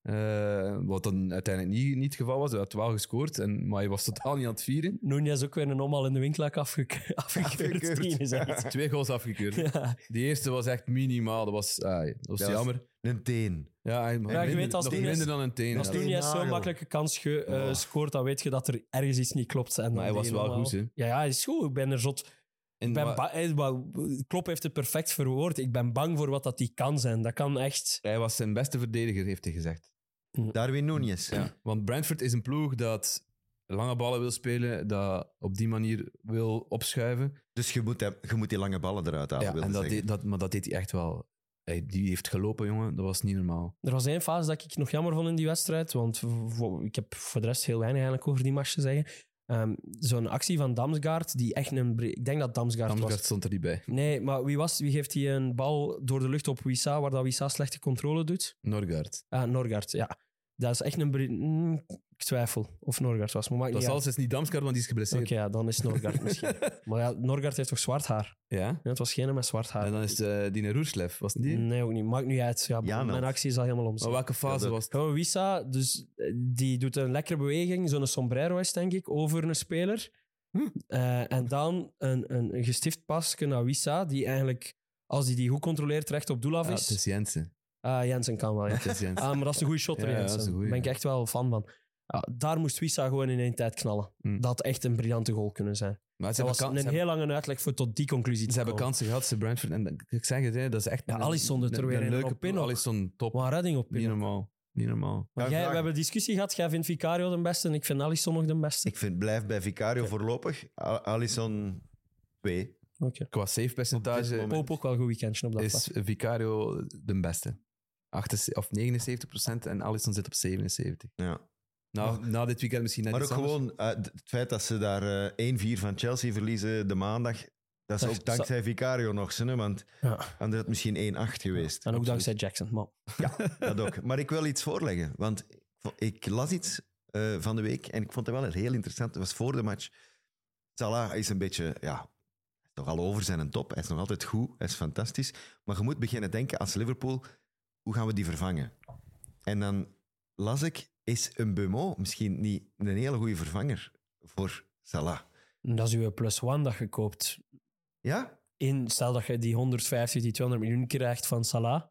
Uh, wat dan uiteindelijk niet, niet het geval was. Hij had wel gescoord, en, maar hij was totaal niet aan het vieren. Nunez ook weer een omhaal in de winkelak afge- afgekeurd. Afgekeurd. Die is echt- Twee goals afgekeurd. Ja. Die eerste was echt minimaal. Dat was, ah, dat was Dat was jammer. Een teen. Ja, hij, je minder, weet als nog Nunez- minder dan een teen. Als ja. Nunez- Nunez zo'n nagel. makkelijke kans ge- uh, Oh. scoort, dan weet je dat er ergens iets niet klopt. En Maar hij dan was die wel normaal- goed, hè. Ja, ja, hij is goed. Ik ben er zot... En Ik ben wa- ba- eh, wauw, Klopp heeft het perfect verwoord. Ik ben bang voor wat dat die kan zijn. Dat kan echt... hij was zijn beste verdediger, heeft hij gezegd. Darwin Núñez. Ja. Want Brentford is een ploeg dat lange ballen wil spelen, dat op die manier wil opschuiven. Dus je moet, hem- je moet die lange ballen eruit halen, Ja, wilde en dat zeggen. deed, dat, maar dat deed hij echt wel. Hij, die heeft gelopen, jongen. Dat was niet normaal. Er was één fase dat ik nog jammer vond in die wedstrijd. Want v- v- ik heb voor de rest heel weinig eigenlijk over die match te zeggen. Um, Zo'n actie van Damsgaard, die echt een... bre- Ik denk dat Damsgaard, Damsgaard was. stond er niet bij. Nee, maar wie, was, wie geeft hij een bal door de lucht op Wissa, waar dat Wissa slechte controle doet? Norgaard. Ah, Norgaard, ja. Dat is echt een... bre- mm, ik twijfel of Norgaard was, maar maakt Dat niet is uit. alles is niet Damsgaard, want die is Oké, geblesseerd. ja, dan is het Norgaard misschien. Maar ja, Norgaard heeft toch zwart haar? Ja? Ja, het was geen met zwart haar. En dan is uh, die Roerslev, was het die? Nee, ook niet. Maakt niet uit. Ja, Ja, mijn nou. actie is al helemaal om. Maar welke fase Ja, dat- was het? Gewoon Wissa, dus eh, die doet een lekkere beweging, zo'n sombrero is denk ik, over een speler. Hm. Eh, en dan een, een, een gestift pasje naar Wissa, die eigenlijk, als hij die goed controleert, recht op doel af Ja, is. het is Jensen. Ah, Jensen kan wel, ja. Het is Jensen. Ah, maar dat is een goede shot, Ja, ja, dat is Jensen. een Daar goeie, ben ik ja. echt wel fan van. Ja, daar moest Wissa gewoon in één tijd knallen. Hm. Dat had echt een briljante goal kunnen zijn. Maar ze Dat hebben, was kan- een ze hebben, heel lange uitleg voor tot die conclusie ze te hebben komen. kansen gehad, ze Brentford. En ik zeg het, hè, dat is echt Ja, een, Alisson doet er een- weer een een leuke op in ploeg. ook. Alisson, top. Maar redding op Niet Pinot. normaal. Niet normaal. Maar Ja, jij, vraag. we hebben discussie gehad. Jij vindt Vicario de beste en ik vind Alisson nog de beste. Ik vind, blijf bij Vicario voorlopig. A- Alisson twee. Oké. Qua save Op dit percentage moment. Poop ook wel een goed weekendje op dat is vlak. Vicario de beste. achtenzestig of negenenzeventig procent en Alisson zit op zevenenzeventig. Ja. Nou, na dit weekend misschien net Maar ook iets anders. gewoon uh, het feit dat ze daar uh, één vier van Chelsea verliezen de maandag. Dat is Dat ook is- dankzij Vicario nog, hè, want Ja. anders had het misschien één acht geweest. En ook Absoluut. dankzij Jackson. Maar Dat ook. Maar ik wil iets voorleggen, want ik las iets uh, van de week en ik vond het wel heel interessant. Het was voor de match. Salah is een beetje, ja, nog al over zijn top. Hij is nog altijd goed, hij is fantastisch. Maar je moet beginnen denken als Liverpool, hoe gaan we die vervangen? En dan las ik, is een Beumo misschien niet een hele goede vervanger voor Salah? dat is uw plus one dat je koopt. Ja? In, stel dat je die honderdvijftig, die tweehonderd miljoen krijgt van Salah,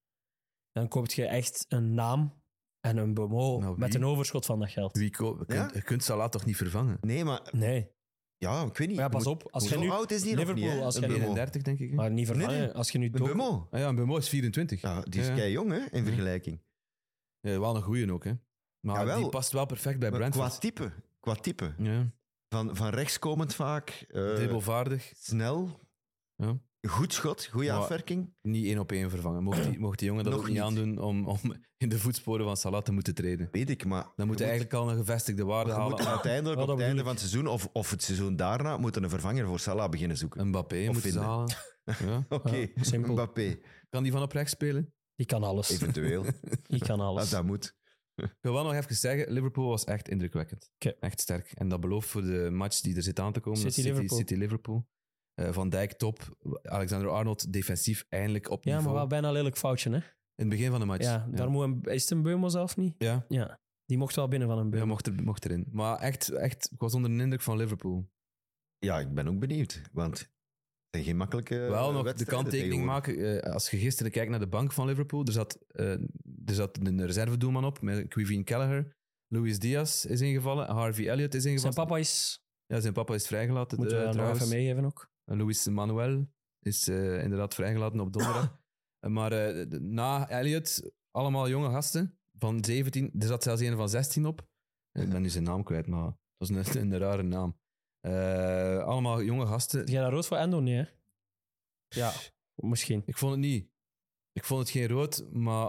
dan koop je echt een naam en een Beumo Nou, wie? met een overschot van dat geld. Wie ko- je, kunt, Ja? je kunt Salah toch niet vervangen? Nee, maar Nee. ja, ik weet niet. Maar ja, pas Moet- op. Als Hoe je nu, oud is die nog Liverpool, niet, hè? als Een je nu- Beumo. eenendertig, denk ik. hè? maar niet vervangen. Nee, nee. Als je nu Een Doku- Beumo. Ah ja, en Bemo is vierentwintig. Ja, die is Ja. kei jong, hè, in vergelijking. Ja, wel een goeie ook, hè. Maar Jawel. die past wel perfect bij Maar qua Brentford. type, qua type. Ja, Van, van rechts komend vaak. eh, dribbelvaardig. snel. Ja. Goed schot, goede Maar- afwerking. Niet één op één vervangen. Mocht die, mocht die jongen dat Nog ook niet niet. aandoen om, om in de voetsporen van Salah te moeten treden. Weet ik, maar... Dan moet hij eigenlijk al een gevestigde waarde Je moet halen. uiteindelijk Ja, op dat het einde bedoel van het seizoen, of, of het seizoen daarna, moeten een vervanger voor Salah beginnen zoeken. Mbappé Of moeten ze vinden. halen. Ja. Oké, Ja, simpel. Mbappé, Kan die van op rechts spelen? Die kan alles. eventueel, Die kan alles. als dat moet. Ik wil wel nog even zeggen, Liverpool was echt indrukwekkend. Oké. Echt sterk. En dat belooft voor de match die er zit aan te komen. dat is City-Liverpool. City-Liverpool. Eh, Van Dijk top. Alexander-Arnold defensief eindelijk op Ja, niveau. maar wel bijna een lelijk foutje, hè? In het begin van de match. Ja, daar moet een, is het een Beumo zelf niet? Ja, Ja. Die mocht wel binnen van een ja Beumo. mocht, er, mocht erin. Maar echt, echt, ik was onder de indruk van Liverpool. Ja, ik ben ook benieuwd, want het zijn geen makkelijke Wel nog de wedstrijden kanttekening tegenwoordig. maken. eh, als je gisteren kijkt naar de bank van Liverpool, er zat, eh, er zat een reservedoelman op met Quivin Kelleher. Luis Diaz is ingevallen. Harvey Elliott is Zijn ingevallen. papa is... Ja, zijn papa is vrijgelaten. Moeten we eh, nog trouwens. even meegeven ook. Luis Manuel is eh, inderdaad vrijgelaten op donderdag. maar eh, de- na Elliott, allemaal jonge gasten van zeventien. Er zat zelfs een van zestien op. Ik ben nu zijn naam kwijt, maar dat was een, een rare naam. Eh, allemaal jonge gasten. Heb jij dat rood voor Endo? Nee, hè? Ja, misschien. Ik vond het niet. Ik vond het geen rood, maar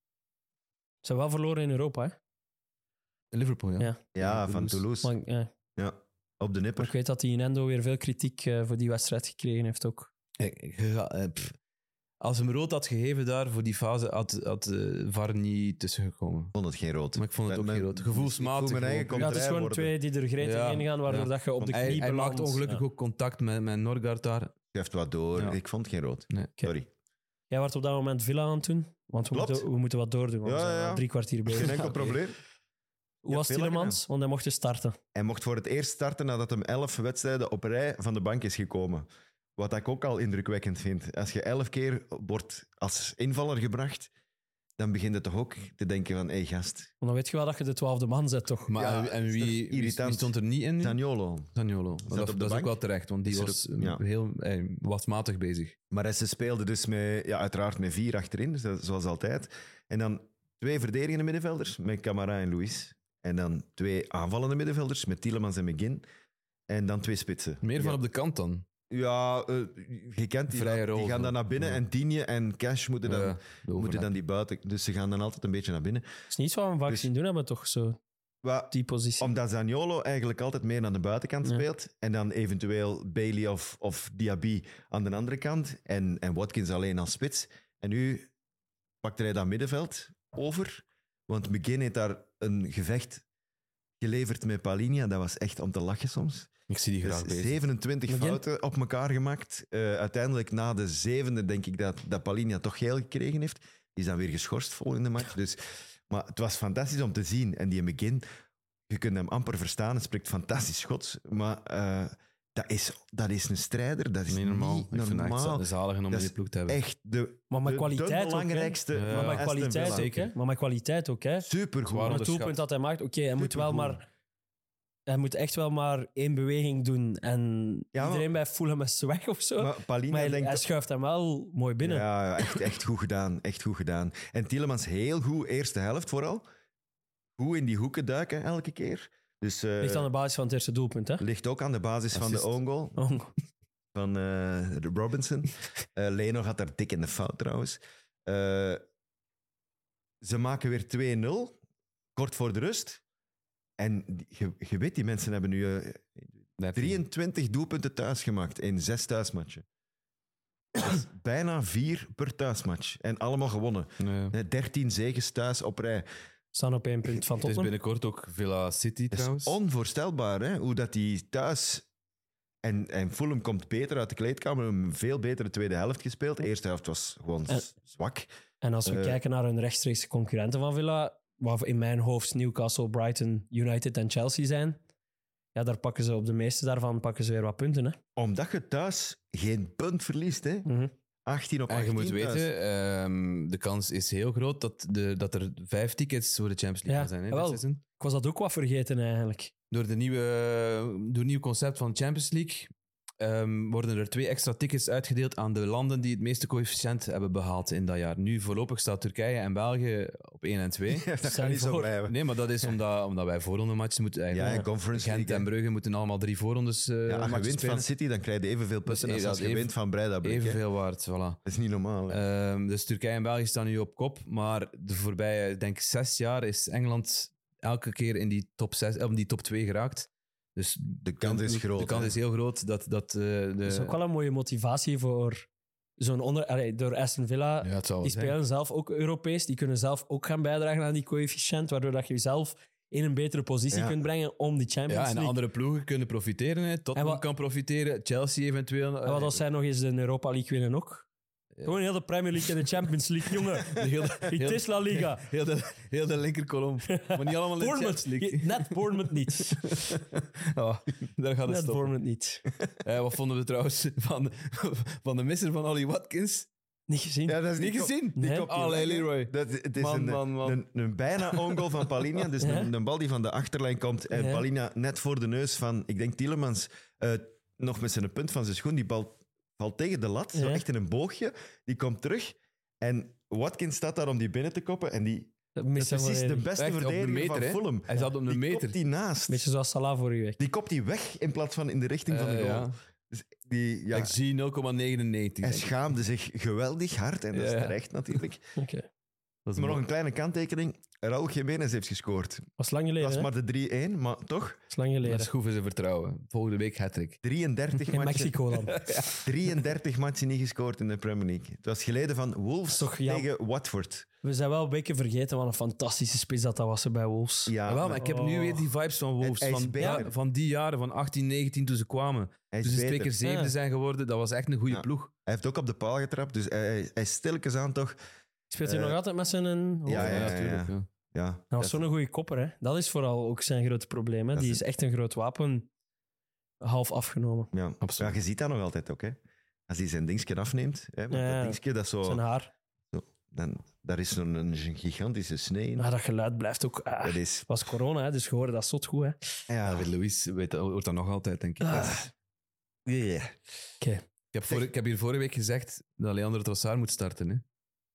Ze hebben wel verloren in Europa, hè? Liverpool, ja. Ja. Ja, van Toulouse. Maar, ja. Ja, op de Maar nipper. ik weet dat die in Endo weer veel kritiek eh, voor die wedstrijd gekregen heeft ook. Ik- ik- je ga- eh, pff. Als hem rood had gegeven daar voor die fase, had, had eh, V A R niet tussengekomen. Ik vond het geen rood. Maar ik vond het ook Mijn- geen rood. Gevoelsmatig Ik voel mijn eigen gewoon. Ja, het is gewoon worden. twee die er gretig Ja, in gaan, waardoor ja. dat je op de hij, knie hij belandt. maakt ongelukkig Ja. ook contact met, met Norgaard daar. Schuift wat door. Ja. Ik vond het geen rood. Nee. Sorry. Jij wordt op dat moment Villa aan het doen, want we, Klopt. moeten, we moeten wat doordoen. want Ja, We zijn ja, ja. al drie kwartier bezig. Geen enkel Oké. probleem. Hoe Ja, was Villa Tielemans? Want hij mocht dus starten. Hij mocht voor het eerst starten nadat hem elf wedstrijden op rij van de bank is gekomen. Wat ik ook al indrukwekkend vind. Als je elf keer wordt als invaller gebracht, dan begint het toch ook te denken van, hé hey, gast, Want dan weet je wel dat je de twaalfde man zet, toch? Maar Ja, en, en is wie, toch wie, irritant? wie stond er niet in? nu? Zaniolo. Zaniolo. Dat, op de dat is bank? ook wel terecht, want die Is er was ook- ja. heel eh, wasmatig bezig. Maar ze speelde dus met, ja, uiteraard met vier achterin, dus dat- zoals altijd. En dan twee verdedigende middenvelders met Camara en Luis. En dan twee aanvallende middenvelders met Tielemans en McGinn. En dan twee spitsen. Meer van ja. op de kant dan. Ja, uh, je kent die, Vrije die rol, gaan dan zo. naar binnen Ja. en Digne en Cash moeten dan, Ja, de moeten overlap. dan die buiten. Dus ze gaan dan altijd een beetje naar binnen. Dat is niet wat we vaak Dus- zien doen hebben, toch? Zo, Wat, die positie. omdat Zaniolo eigenlijk altijd meer aan de buitenkant Ja. speelt. En dan eventueel Bailey of, of Diaby aan de andere kant. En, en Watkins alleen als spits. En nu pakte hij dat middenveld over. Want McGinn heeft daar een gevecht geleverd met Palinha. Dat was echt om te lachen soms. Ik zie die Dus graag bezig. zevenentwintig McGinn? fouten op elkaar gemaakt. Uh, uiteindelijk na de zevende denk ik dat, dat Palinha toch geel gekregen heeft. Die is dan weer geschorst volgende match. Dus, maar het was fantastisch om te zien. En die McGinn, je kunt hem amper verstaan. Hij spreekt fantastisch Schots. Maar uh, dat, is, dat is een strijder. Dat is Niet normaal. niet Ik vind het normaal. echt zalig om Dat in is die ploeg te hebben. Echt de, Maar met de, kwaliteit de ook, hè? belangrijkste. Ja. van maar met Aston kwaliteit Villa. ook, hè? Maar met kwaliteit ook, hè? Supergoed. Zwaar Het onderschat. doelpunt dat hij maakt, oké, hij moet wel Supergoed. maar... Hij moet echt wel maar één beweging doen. En Ja, maar- iedereen bij Fulham is weg of zo. Maar, Maar Palinha hij, denkt... hij schuift hem wel mooi binnen. Ja, ja, echt, echt goed gedaan. Echt goed gedaan. En Tielemans heel goed, eerste helft vooral. Goed in die hoeken duiken elke keer. Dus, eh, Ligt aan de basis van het eerste doelpunt, hè? ligt ook aan de basis van de Assist. own goal Oh. van eh, de Robinson. Eh, Leno gaat daar dik in de fout trouwens. Eh, ze maken weer twee nul, kort voor de rust. En die- je, je weet, die mensen hebben nu eh, drieëntwintig doelpunten thuis gemaakt in zes thuismatchen. Dat is bijna vier per thuismatch. En allemaal gewonnen. Ja. Eh, dertien zegens thuis op rij. Staan op één punt van Het is Tottenham. binnenkort ook Villa City Het is trouwens. onvoorstelbaar hè? Hoe dat die thuis... En, en Fulham komt beter uit de kleedkamer. Een veel betere tweede helft gespeeld. De eerste helft was gewoon En- z- zwak. En als we Eh, kijken naar hun rechtstreekse concurrenten van Villa, waar in mijn hoofd Newcastle, Brighton, United en Chelsea zijn, ja, daar pakken ze op de meeste daarvan pakken ze weer wat punten. Hè? Omdat je thuis geen punt verliest. Hè? Mhm. achttien op En je achttien moet thuis. weten, ehm, de kans is heel groot dat, de, dat er vijf tickets voor de Champions League Ja, gaan zijn hè, jawel. dit seizoen. Ik was dat ook wat vergeten eigenlijk. Door, de nieuwe, door het nieuwe concept van de Champions League ehm, worden er twee extra tickets uitgedeeld aan de landen die het meeste coëfficiënt hebben behaald in dat jaar. Nu voorlopig staat Turkije en België op één en twee. Ja, dat Stel gaat je niet zo voor. blijven. Nee, maar dat is omdat, omdat wij voorrondematches moeten Ja, eigenlijk. en Conference Gent League. en hè. Brugge moeten allemaal drie voorrondes uh, Ja, als je matches wint spelen. van City, dan krijg je evenveel punten Dus als als je even- wint van Breda Brugge. hè. Evenveel waard, voilà. Dat is niet normaal. hè. Ehm, dus Turkije en België staan nu op kop, maar de voorbije, denk ik, zes jaar is Engeland elke keer in die top, zes, of in die top twee geraakt. Dus De kans is groot. De kans hè. is heel groot dat... dat eh, de, Dat is ook wel een mooie motivatie voor zo'n onder... Allee, door Aston Villa. ja, het zal Die wel zijn. spelen zelf ook Europees. Die kunnen zelf ook gaan bijdragen aan die coëfficiënt, waardoor dat je jezelf in een betere positie Ja. kunt brengen om die Champions Ja, en League. andere ploegen kunnen profiteren. Hè. Tottenham En wat- kan profiteren, Chelsea eventueel. En wat als zij nog eens de Europa League winnen ook? Gewoon heel de Premier League en de Champions League, jongen. Heel de, Het heel, is La Liga. heel de, heel de linkerkolom. Maar niet allemaal in de Champions Bournemouth. League. Net Bournemouth niet. Oh, daar gaat het Net stoppen. Bournemouth niet. Eh, wat vonden we trouwens van, van de misser van Ollie Watkins? Niet gezien. Ja, dat is Niet die gezien? kop- die Nee. kop die Allee, weg, hè. Leroy. Dat, het is Man, een, man, man. Een, een bijna on-goal van Palinha. Dus Ja. een, een bal die van de achterlijn komt. En Ja. Palinha net voor de neus van, ik denk Tielemans, eh, nog met zijn punt van zijn schoen. Die bal valt tegen de lat, zo Ja. echt in een boogje. Die komt terug. En Watkins staat daar om die binnen te koppen. En die Dat dat is mist hem precies wel de even. beste Echt op de verdediger meter, van hè? Fulham. Hij zat op een Die meter. kopt die naast. Beetje zoals Salah vorige week. Die kopt die weg in plaats van in de richting van de Eh, goal. ja. Dus die, ja, Ik zie nul komma negenennegentig. hij denk ik. schaamde zich geweldig hard. En dat is Ja. terecht natuurlijk. Oké. Dat is Maar nog mo- een kleine kanttekening. Raúl Jiménez heeft gescoord. was lang Dat geleden, was hè? maar de drie-één, maar toch? was lang geleden. Dat is goed voor zijn vertrouwen. Volgende week hat-trick. drieëndertig In matchen, Mexico dan. drieëndertig matchen niet gescoord in de Premier League. Het was geleden van Wolves Toch, ja. tegen Watford. We zijn wel een beetje vergeten wat een fantastische spits dat, dat was bij Wolves. Ja, Ja, wel, maar maar ik heb nu weer die vibes van Wolves. Hij is Van, beter. ja, van die jaren, van achttien, negentien, toen ze kwamen. hij is Toen ze twee beter. keer zevende Ja. zijn geworden. Dat was echt een goede Ja. ploeg. Hij heeft ook op de paal getrapt, dus hij, hij is stilletjes aan toch... Speelt hij Eh, nog altijd met zijn... hoofd? ja, ja, ja. tuurlijk, ja. Ja, Hij was zo'n goede kopper, hè. Dat is vooral ook zijn grote probleem, hè. Dat Die is- is echt een groot wapen half afgenomen. ja. Absoluut. Ja, je ziet dat nog altijd ook, hè. Als hij zijn dingetje afneemt, hè, want Ja, ja. dat dingetje, dat is zo... Zijn haar. Dan, daar is zo'n een gigantische snee in. Maar dat geluid blijft ook... ah, Dat Het is... was corona, hè, dus je hoorde dat zot goed, hè. Ja, David Luiz weet, dat- hoort dat nog altijd, denk ik. Ah. ja. Ik, heb voor, ik heb hier vorige week gezegd dat Leandro Trossard moet starten. Hè.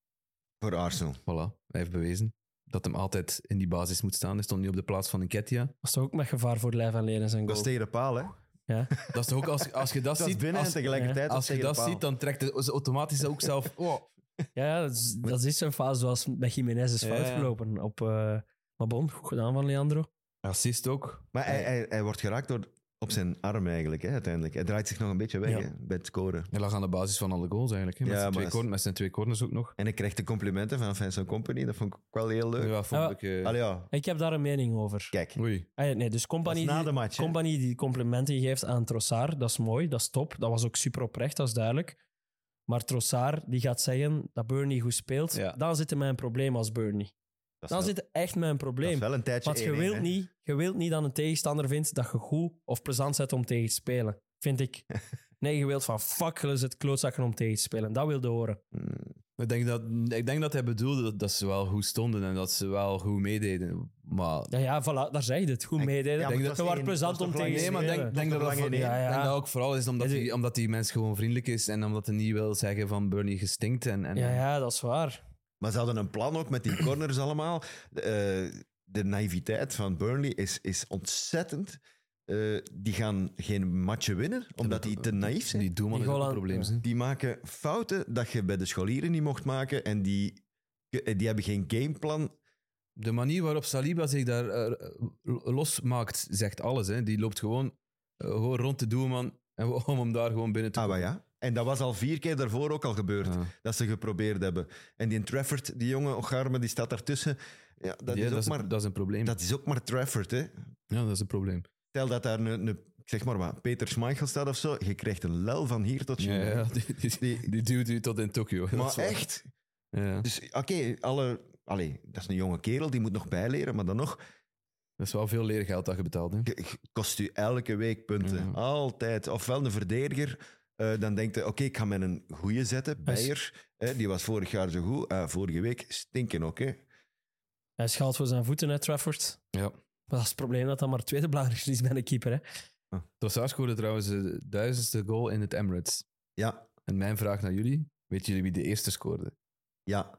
Voor Arsenal. Voilà, hij heeft bewezen dat hem altijd in die basis moet staan. Hij stond nu op de plaats van Nketiah. Was toch ook met gevaar voor lijf en leden zijn Dat goal. is tegen de paal, hè. Dat is toch ook, als, als je dat Dat is ziet, binnen en als, tegelijkertijd als je tegen dat de paal. ziet, dan trekt het automatisch ook zelf... Oh, Ja, ja, dat is, dat is een fase zoals met Jiménez is Ja, fout ja. gelopen. Op, uh, maar bon, goed gedaan van Leandro. assist ook. Maar hij, hij, hij wordt geraakt door, op zijn arm eigenlijk, hè, uiteindelijk. Hij draait zich nog een beetje weg Ja. hè, bij het scoren. Hij lag aan de basis van alle goals eigenlijk. Hè. Met, Ja, zijn maar twee als- corners, met zijn twee corners ook nog. En hij krijgt de complimenten van Vincent Company. Dat vond ik ook wel heel leuk. Ja, vond Ja. ik... eh, Allee, ja, Ik heb daar een mening over. kijk. Oei. Ah, ja, nee, dus Dat Company, is na die, de match, hè. Company die complimenten geeft aan Trossard, dat is mooi, dat is top. Dat was ook super oprecht, dat is duidelijk. Maar Trossard die gaat zeggen dat Burnley goed speelt, Ja. dan zit er mijn probleem als Burnley. Dat is Dan wel- zit er echt mijn dat probleem. is wel een tijdje Want je één-één, wilt, hè. niet, je wilt niet dat een tegenstander vindt dat je goed of plezant zet om tegen te spelen. Vind ik. Nee, je wilt van fuck, je zit klootzakken om tegen te spelen. Dat wilde horen. Hmm. Ik denk, dat, ik denk dat hij bedoelde dat, dat ze wel goed stonden en dat ze wel goed meededen. Maar Ja, ja, voilà, daar zeg je het. Goed Ik- meededen. ja, maar denk het dat was het één- plezant het was om toch tegen te lang nee, maar spelen. ik denk, denk, toch dat, lang dat, in één? Ja, ja. denk dat ook vooral is omdat Ja, hij, omdat die mens gewoon vriendelijk is en omdat hij niet wil zeggen van Burnley gestinkt. En, en, Ja, ja, dat is waar. Maar ze hadden een plan ook met die corners allemaal. De, eh, de naïviteit van Burnley is, is ontzettend. Eh, die gaan geen matchen winnen, omdat die te naïef zijn. Die doelman Die is ook een goal aan- probleem. ja. hè. Die maken fouten dat je bij de scholieren niet mocht maken. En die, die hebben geen gameplan. De manier waarop Saliba zich daar eh, losmaakt, zegt alles. Hè. Die loopt gewoon, eh, gewoon rond de doelman en om hem daar gewoon binnen te Ah, maar komen. ja. En dat was al vier keer daarvoor ook al gebeurd. Ja. Dat ze geprobeerd hebben. En die Trafford, die jonge Ocharme, die staat daartussen. Ja, dat, Ja, is dat, ook is maar, een, dat is een probleem. dat is ook maar Trafford, hè. Ja, dat is een probleem. Stel dat daar een, een zeg maar wat, Peter Schmeichel staat of zo. Je krijgt een lel van hier tot Ja, China. ja, die, die, Die- die duwt u tot in Tokio. Dat Maar is waar. echt. Ja, Dus oké, alle... Allee, dat is een jonge kerel, die moet nog bijleren, maar dan nog... dat is wel veel leergeld dat je betaalt. Hè. ge- ge- kost u elke week punten. Ja. Altijd. Ofwel een verdediger... eh, dan denkt hij, oké, ik ga met een goeie zetten. Hij is- Beyer, eh, die was vorig jaar zo goed. Eh, vorige week stinken ook, hè. Hij schaalt voor zijn voeten, hè, Trafford. Ja. Maar dat is het probleem dat dat maar tweede belangrijkste is bij een keeper. Hè. Trossard scoorde trouwens de duizendste goal in het Emirates. Ja, En mijn vraag naar jullie, weet jullie wie de eerste scoorde? ja.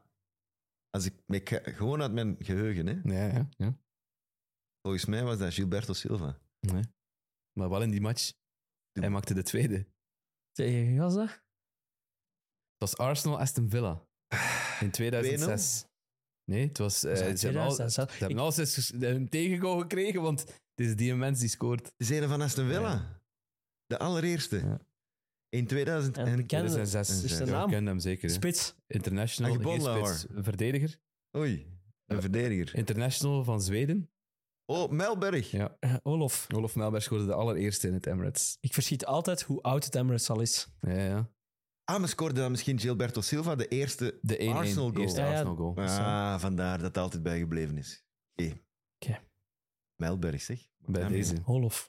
Als ik, ik ga- gewoon uit mijn geheugen, hè. Ja, ja, ja. Volgens mij was dat Gilberto Silva. Nee. Maar wel in die match. Hij maakte de tweede. Tegen wie was dat? Het was Arsenal-Aston Villa. In tweeduizend zes. Nee, het was... eh, Was dat ze hebben al, ze tweeduizend zes? hebben al zes een tegengoal gekregen, want het is die mens die scoort. Het is een van Aston Villa. Ja. De allereerste. Ja. In tweeduizend En en... bekend- tweeduizend zes. Is de Ja, naam? ik ken hem zeker. hè. Spits. International, Ah, geen Bonlauer. spits, verdediger. Oei, een verdediger. International van Zweden. Oh, Melberg. Ja. Eh, Olof. Olof Melberg scoorde de allereerste in het Emirates. Ik verschiet altijd hoe oud het Emirates al is. Ja, ja. Ah, maar scoorde dan misschien Gilberto Silva de eerste De één-één, Arsenal goal? eerste Ja, ja. Arsenal goal. Ah, vandaar dat het altijd bijgebleven is. Oké. Oké. Melberg, zeg. Bij Ja, deze. Olof.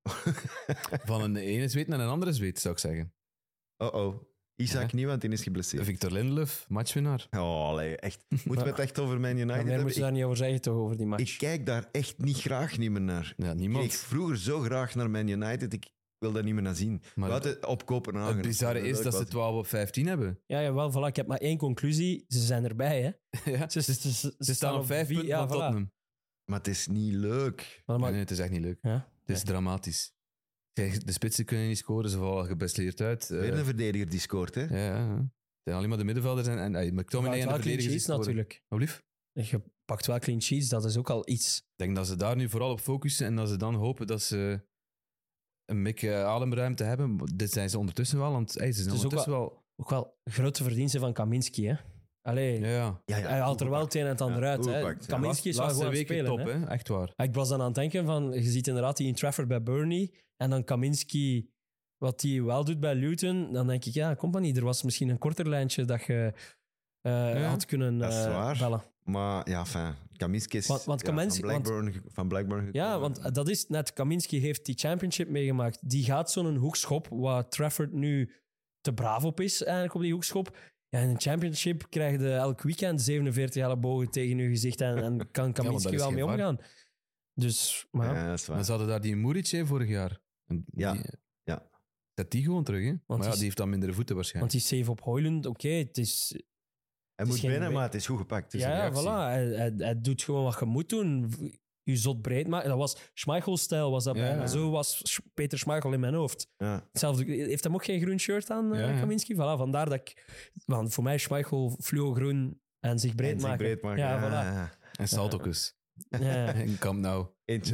Van een ene zweet naar een andere zweet, zou ik zeggen. Oh-oh. Isaac Ja. niet, want die is geblesseerd. Victor Lindelöf, matchwinnaar. Oh, allee, echt. Moeten we het echt over Man United Maar meer hebben? moet je daar Ik, niet over zeggen, toch, over die match. ik kijk daar echt niet graag niet meer naar. Ja, Ik niemand. keek vroeger zo graag naar Man United. Ik wil dat niet meer naar zien. Maar Buiten op Kopenhagen. Het bizarre is dat ze Leuk twaalf op vijftien hebben. Ja, jawel, voilà. Ik heb maar één conclusie. Ze zijn erbij, hè. Ja. Ze, ze, ze, ze Ze staan op vijf vier- punten ja, van voilà. Tottenham. Maar het is niet leuk. Maar, dan Nee, mag- nee, het is echt niet leuk. ja. Het is dramatisch. Kijk, de spitsen kunnen niet scoren, ze vallen geblesseerd uit. Eh, Weer een verdediger die scoort, hè? ja, ja, ja. zijn alleen maar de middenvelders en, en uh, McTominay en de wel clean verdedigers. sheets natuurlijk. Wat lief? Je pakt wel clean sheets, dat is ook al iets. Ik denk dat ze daar nu vooral op focussen en dat ze dan hopen dat ze een beetje ademruimte hebben. Dit zijn ze ondertussen wel, want hey, ze zijn Het is ook ondertussen wel... Ook wel grote verdiensten van Kaminski, hè? Allee, Ja, ja. Ja, ja, hij haalt er goed wel het een en het ander Ja, uit. goed Hè. gepakt, ja. Kaminski is wel Laatste gewoon aan het weken spelen. top, hè. hè? Echt waar. Ik was dan aan het denken van, je ziet inderdaad die in Trafford bij Burnley en dan Kaminski, wat hij wel doet bij Luton, dan denk ik, ja, compagnie, er was misschien een korter lijntje dat je uh, Ja, had kunnen dat is uh, waar. bellen. Maar ja, fijn. Kaminski is Want- want ja, Kaminski- van, Blackburn, van Blackburn gekomen. Ja, want dat is net, Kaminski heeft die championship meegemaakt. Die gaat zo'n hoekschop, waar Trafford nu te braaf op is, eigenlijk op die hoekschop. Ja, in een championship krijg je elk weekend zevenenveertig ellebogen tegen je gezicht en, en kan Kaminski dat is wel geen mee var. omgaan. Dus, maar, Ja, dat is waar. Maar ze hadden daar die Muric hè, vorig jaar. En Ja, die- ja. Zet die gewoon terug, hè? Maar ja, die- die heeft dan mindere voeten want waarschijnlijk. die save op Hoyland, oké, het is... Hij is moet geen binnen, we- maar het is goed gepakt. Het is Ja, een ja, reactie. voilà. Hij, hij, hij doet gewoon wat je moet doen. Je zot breed maken. Dat was Schmeichel-stijl, was dat Ja, bijna. ja. Zo was Sch- Peter Schmeichel in mijn hoofd. Ja. Hetzelfde, heeft hem ook geen groen shirt aan, eh, Ja, ja. Kaminski? Voilà, vandaar dat ik... Want voor mij is Schmeichel fluo-groen en zich breed En zich maken. breed maken. Ja, Ja, voilà. ja. En Saltokus. Ja. En Camp Nou. Eentje.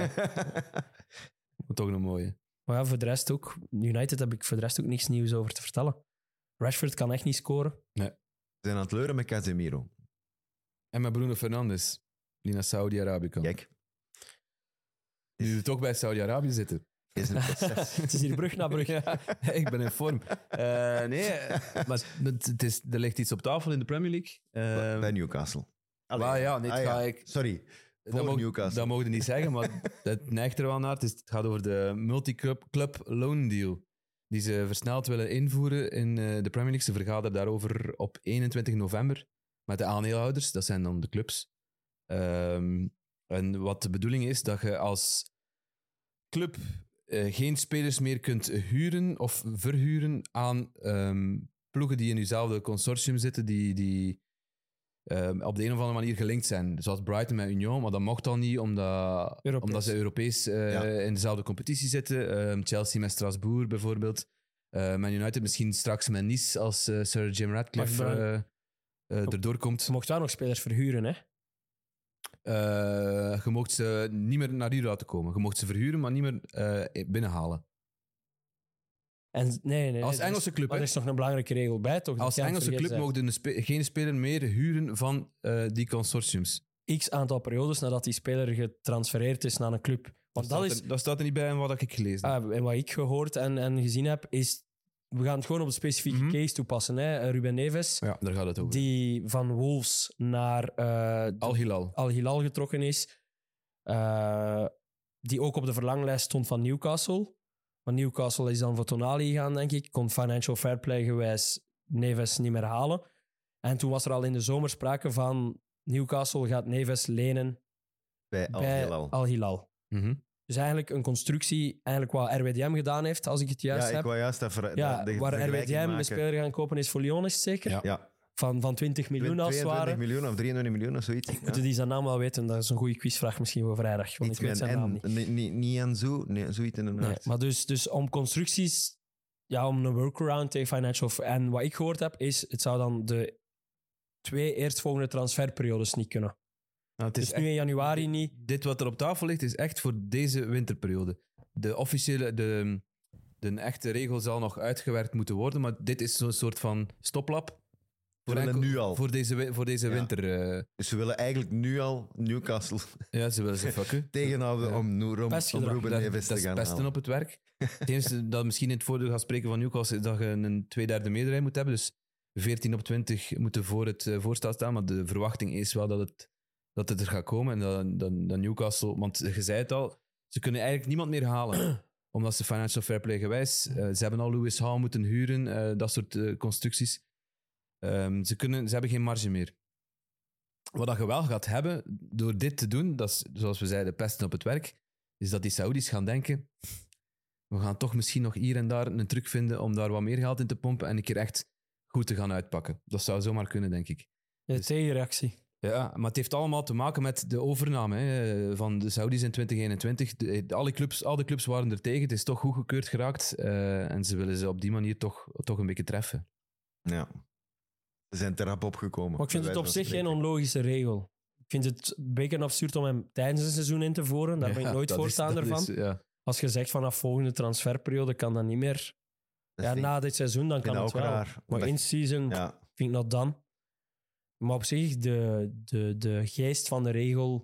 Toch een mooie. Maar ja, voor de rest ook... United heb ik voor de rest ook niks nieuws over te vertellen. Rashford kan echt niet scoren. We zijn aan het leuren met Casemiro. En met Bruno Fernandes, die naar Saudi-Arabië kan. Kijk, Nu we toch bij Saudi-Arabië zitten. is een proces. Het is hier brug na brug. Ja, ik ben in vorm. Eh, nee, maar het, het is, er ligt iets op tafel in de Premier League. Eh, Bij Newcastle. maar ja, dit Ah, ga ik... Sorry, Dat voor mogen Newcastle. dat mogen we niet zeggen, maar het neigt er wel naar. Het, is, het gaat over de multi-club club loan deal. Die ze versneld willen invoeren in eh, de Premier League. Ze vergaderen daarover op eenentwintig november met de aandeelhouders. Dat zijn dan de clubs. Ehm, en wat de bedoeling is, dat je als club eh, geen spelers meer kunt huren of verhuren aan ehm, ploegen die in jezelfde consortium zitten, die, die ehm, op de een of andere manier gelinkt zijn. Zoals Brighton met Union, maar dat mocht al niet, omdat, Europees. omdat ze Europees eh, Ja. in dezelfde competitie zitten. Ehm, Chelsea met Strasbourg bijvoorbeeld. Uh, Man United misschien straks met Nice als eh, Sir Jim Ratcliffe Maar eh, eh, erdoor komt. Ze mocht wel nog spelers verhuren, hè? Eh, je mocht ze niet meer naar hier laten komen. Je mocht ze verhuren, maar niet meer eh, binnenhalen. En, nee, nee, nee, Als er is- Engelse club, Maar hè? er is nog een belangrijke regel bij, toch? Als Dat je Engelse aan het club vergeten mogen een spe- geen speler meer huren van eh, die consortiums. bent. X aantal periodes nadat die speler getransfereerd is naar een club. Want dat, staat is... er, dat staat er niet bij in wat ik gelezen heb. Ah, en wat ik gehoord en, en gezien heb, is... We gaan het gewoon op een specifieke Mhm. case toepassen. Hè? Ruben Neves, Ja, daar gaat het over. die van Wolves naar eh, Al Hilal. Al Hilal getrokken is. eh, die ook op de verlanglijst stond van Newcastle. Maar Newcastle is dan voor Tonali gegaan, denk ik. Kon financial fair play gewijs Neves niet meer halen. En toen was er al in de zomer sprake van Newcastle gaat Neves lenen Bij Al bij Hilal. Al Hilal. Mhm. Dus eigenlijk een constructie, eigenlijk wat R W D M gedaan heeft, als ik het Ja, juist ik heb. wou juist dat ver, Ja, dat- de waar R W D vergelijking M een maken. speler gaan kopen is voor Lyon, is het zeker? Ja. Ja, Van, van twintig miljoen als het tweeëntwintig ware. miljoen of drieëntwintig miljoen of zoiets. Ik moet die zijn naam wel weten, dat is een goede quizvraag misschien voor vrijdag. Want Iets ik weet met zijn naam een niet. N. Niet, niet, niet aan zo, nee, zoiets in de Nee, nacht. maar dus, dus om constructies, ja, om een workaround tegen financial... En wat ik gehoord heb, is het zou dan de twee eerstvolgende transferperiodes niet kunnen. Nou, het is Dus nu in januari niet. Dit wat er op tafel ligt, is echt voor deze winterperiode. De officiële, de, de echte regel zal nog uitgewerkt moeten worden, maar dit is zo'n soort van stoplap. Voor, willen enkel- nu al. voor deze, wi- voor deze Ja. winter. eh, Dus we willen eigenlijk nu al Newcastle ja, ze willen ze fucken. tegenhouden Ja. om, Nu- om, om Pestgedrag. Ruben Dat, Neves dat te is gaan pesten halen. op het werk. Het enige dat misschien in het voordeel gaat spreken van Newcastle is dat je een tweederde meerderheid moet hebben. Dus veertien op twintig moeten voor het uh, voorstel staan. Maar de verwachting is wel dat het, dat het er gaat komen. En dat, dat, dat Newcastle... Want je zei het al, ze kunnen eigenlijk niemand meer halen. Omdat ze financial fair play gewijs... Uh, ze hebben al Lewis Hall moeten huren. Uh, dat soort uh, constructies. Um, ze, kunnen, ze hebben geen marge meer. Wat dat je wel gaat hebben door dit te doen, dat is, zoals we zeiden, pesten op het werk, is dat die Saoedi's gaan denken, we gaan toch misschien nog hier en daar een truc vinden om daar wat meer geld in te pompen en een keer echt goed te gaan uitpakken. Dat zou zomaar kunnen, denk ik. De tegenreactie. Ja, maar het heeft allemaal te maken met de overname hè, van de Saoedi's in twintig eenentwintig. De, de, alle, clubs, alle clubs waren er tegen. Het is toch goedgekeurd geraakt. Uh, en ze willen ze op die manier toch, toch een beetje treffen. Ja. Ze zijn te rap opgekomen. Maar ik vind bij het op wijze zich van geen spreken. onlogische regel. Ik vind het een beetje absurd om hem tijdens een seizoen in te voeren. Daar ben ik Ja, nooit dat is- voorstander dat van. is- ja. Als je zegt vanaf volgende transferperiode kan dat niet meer. Dat Ja, vind ik- na dit seizoen dan ik vind kan het dat wel. ook raar. Maar Omdat- in season Ja, vind ik dat dan. Maar op zich, de, de, de geest van de regel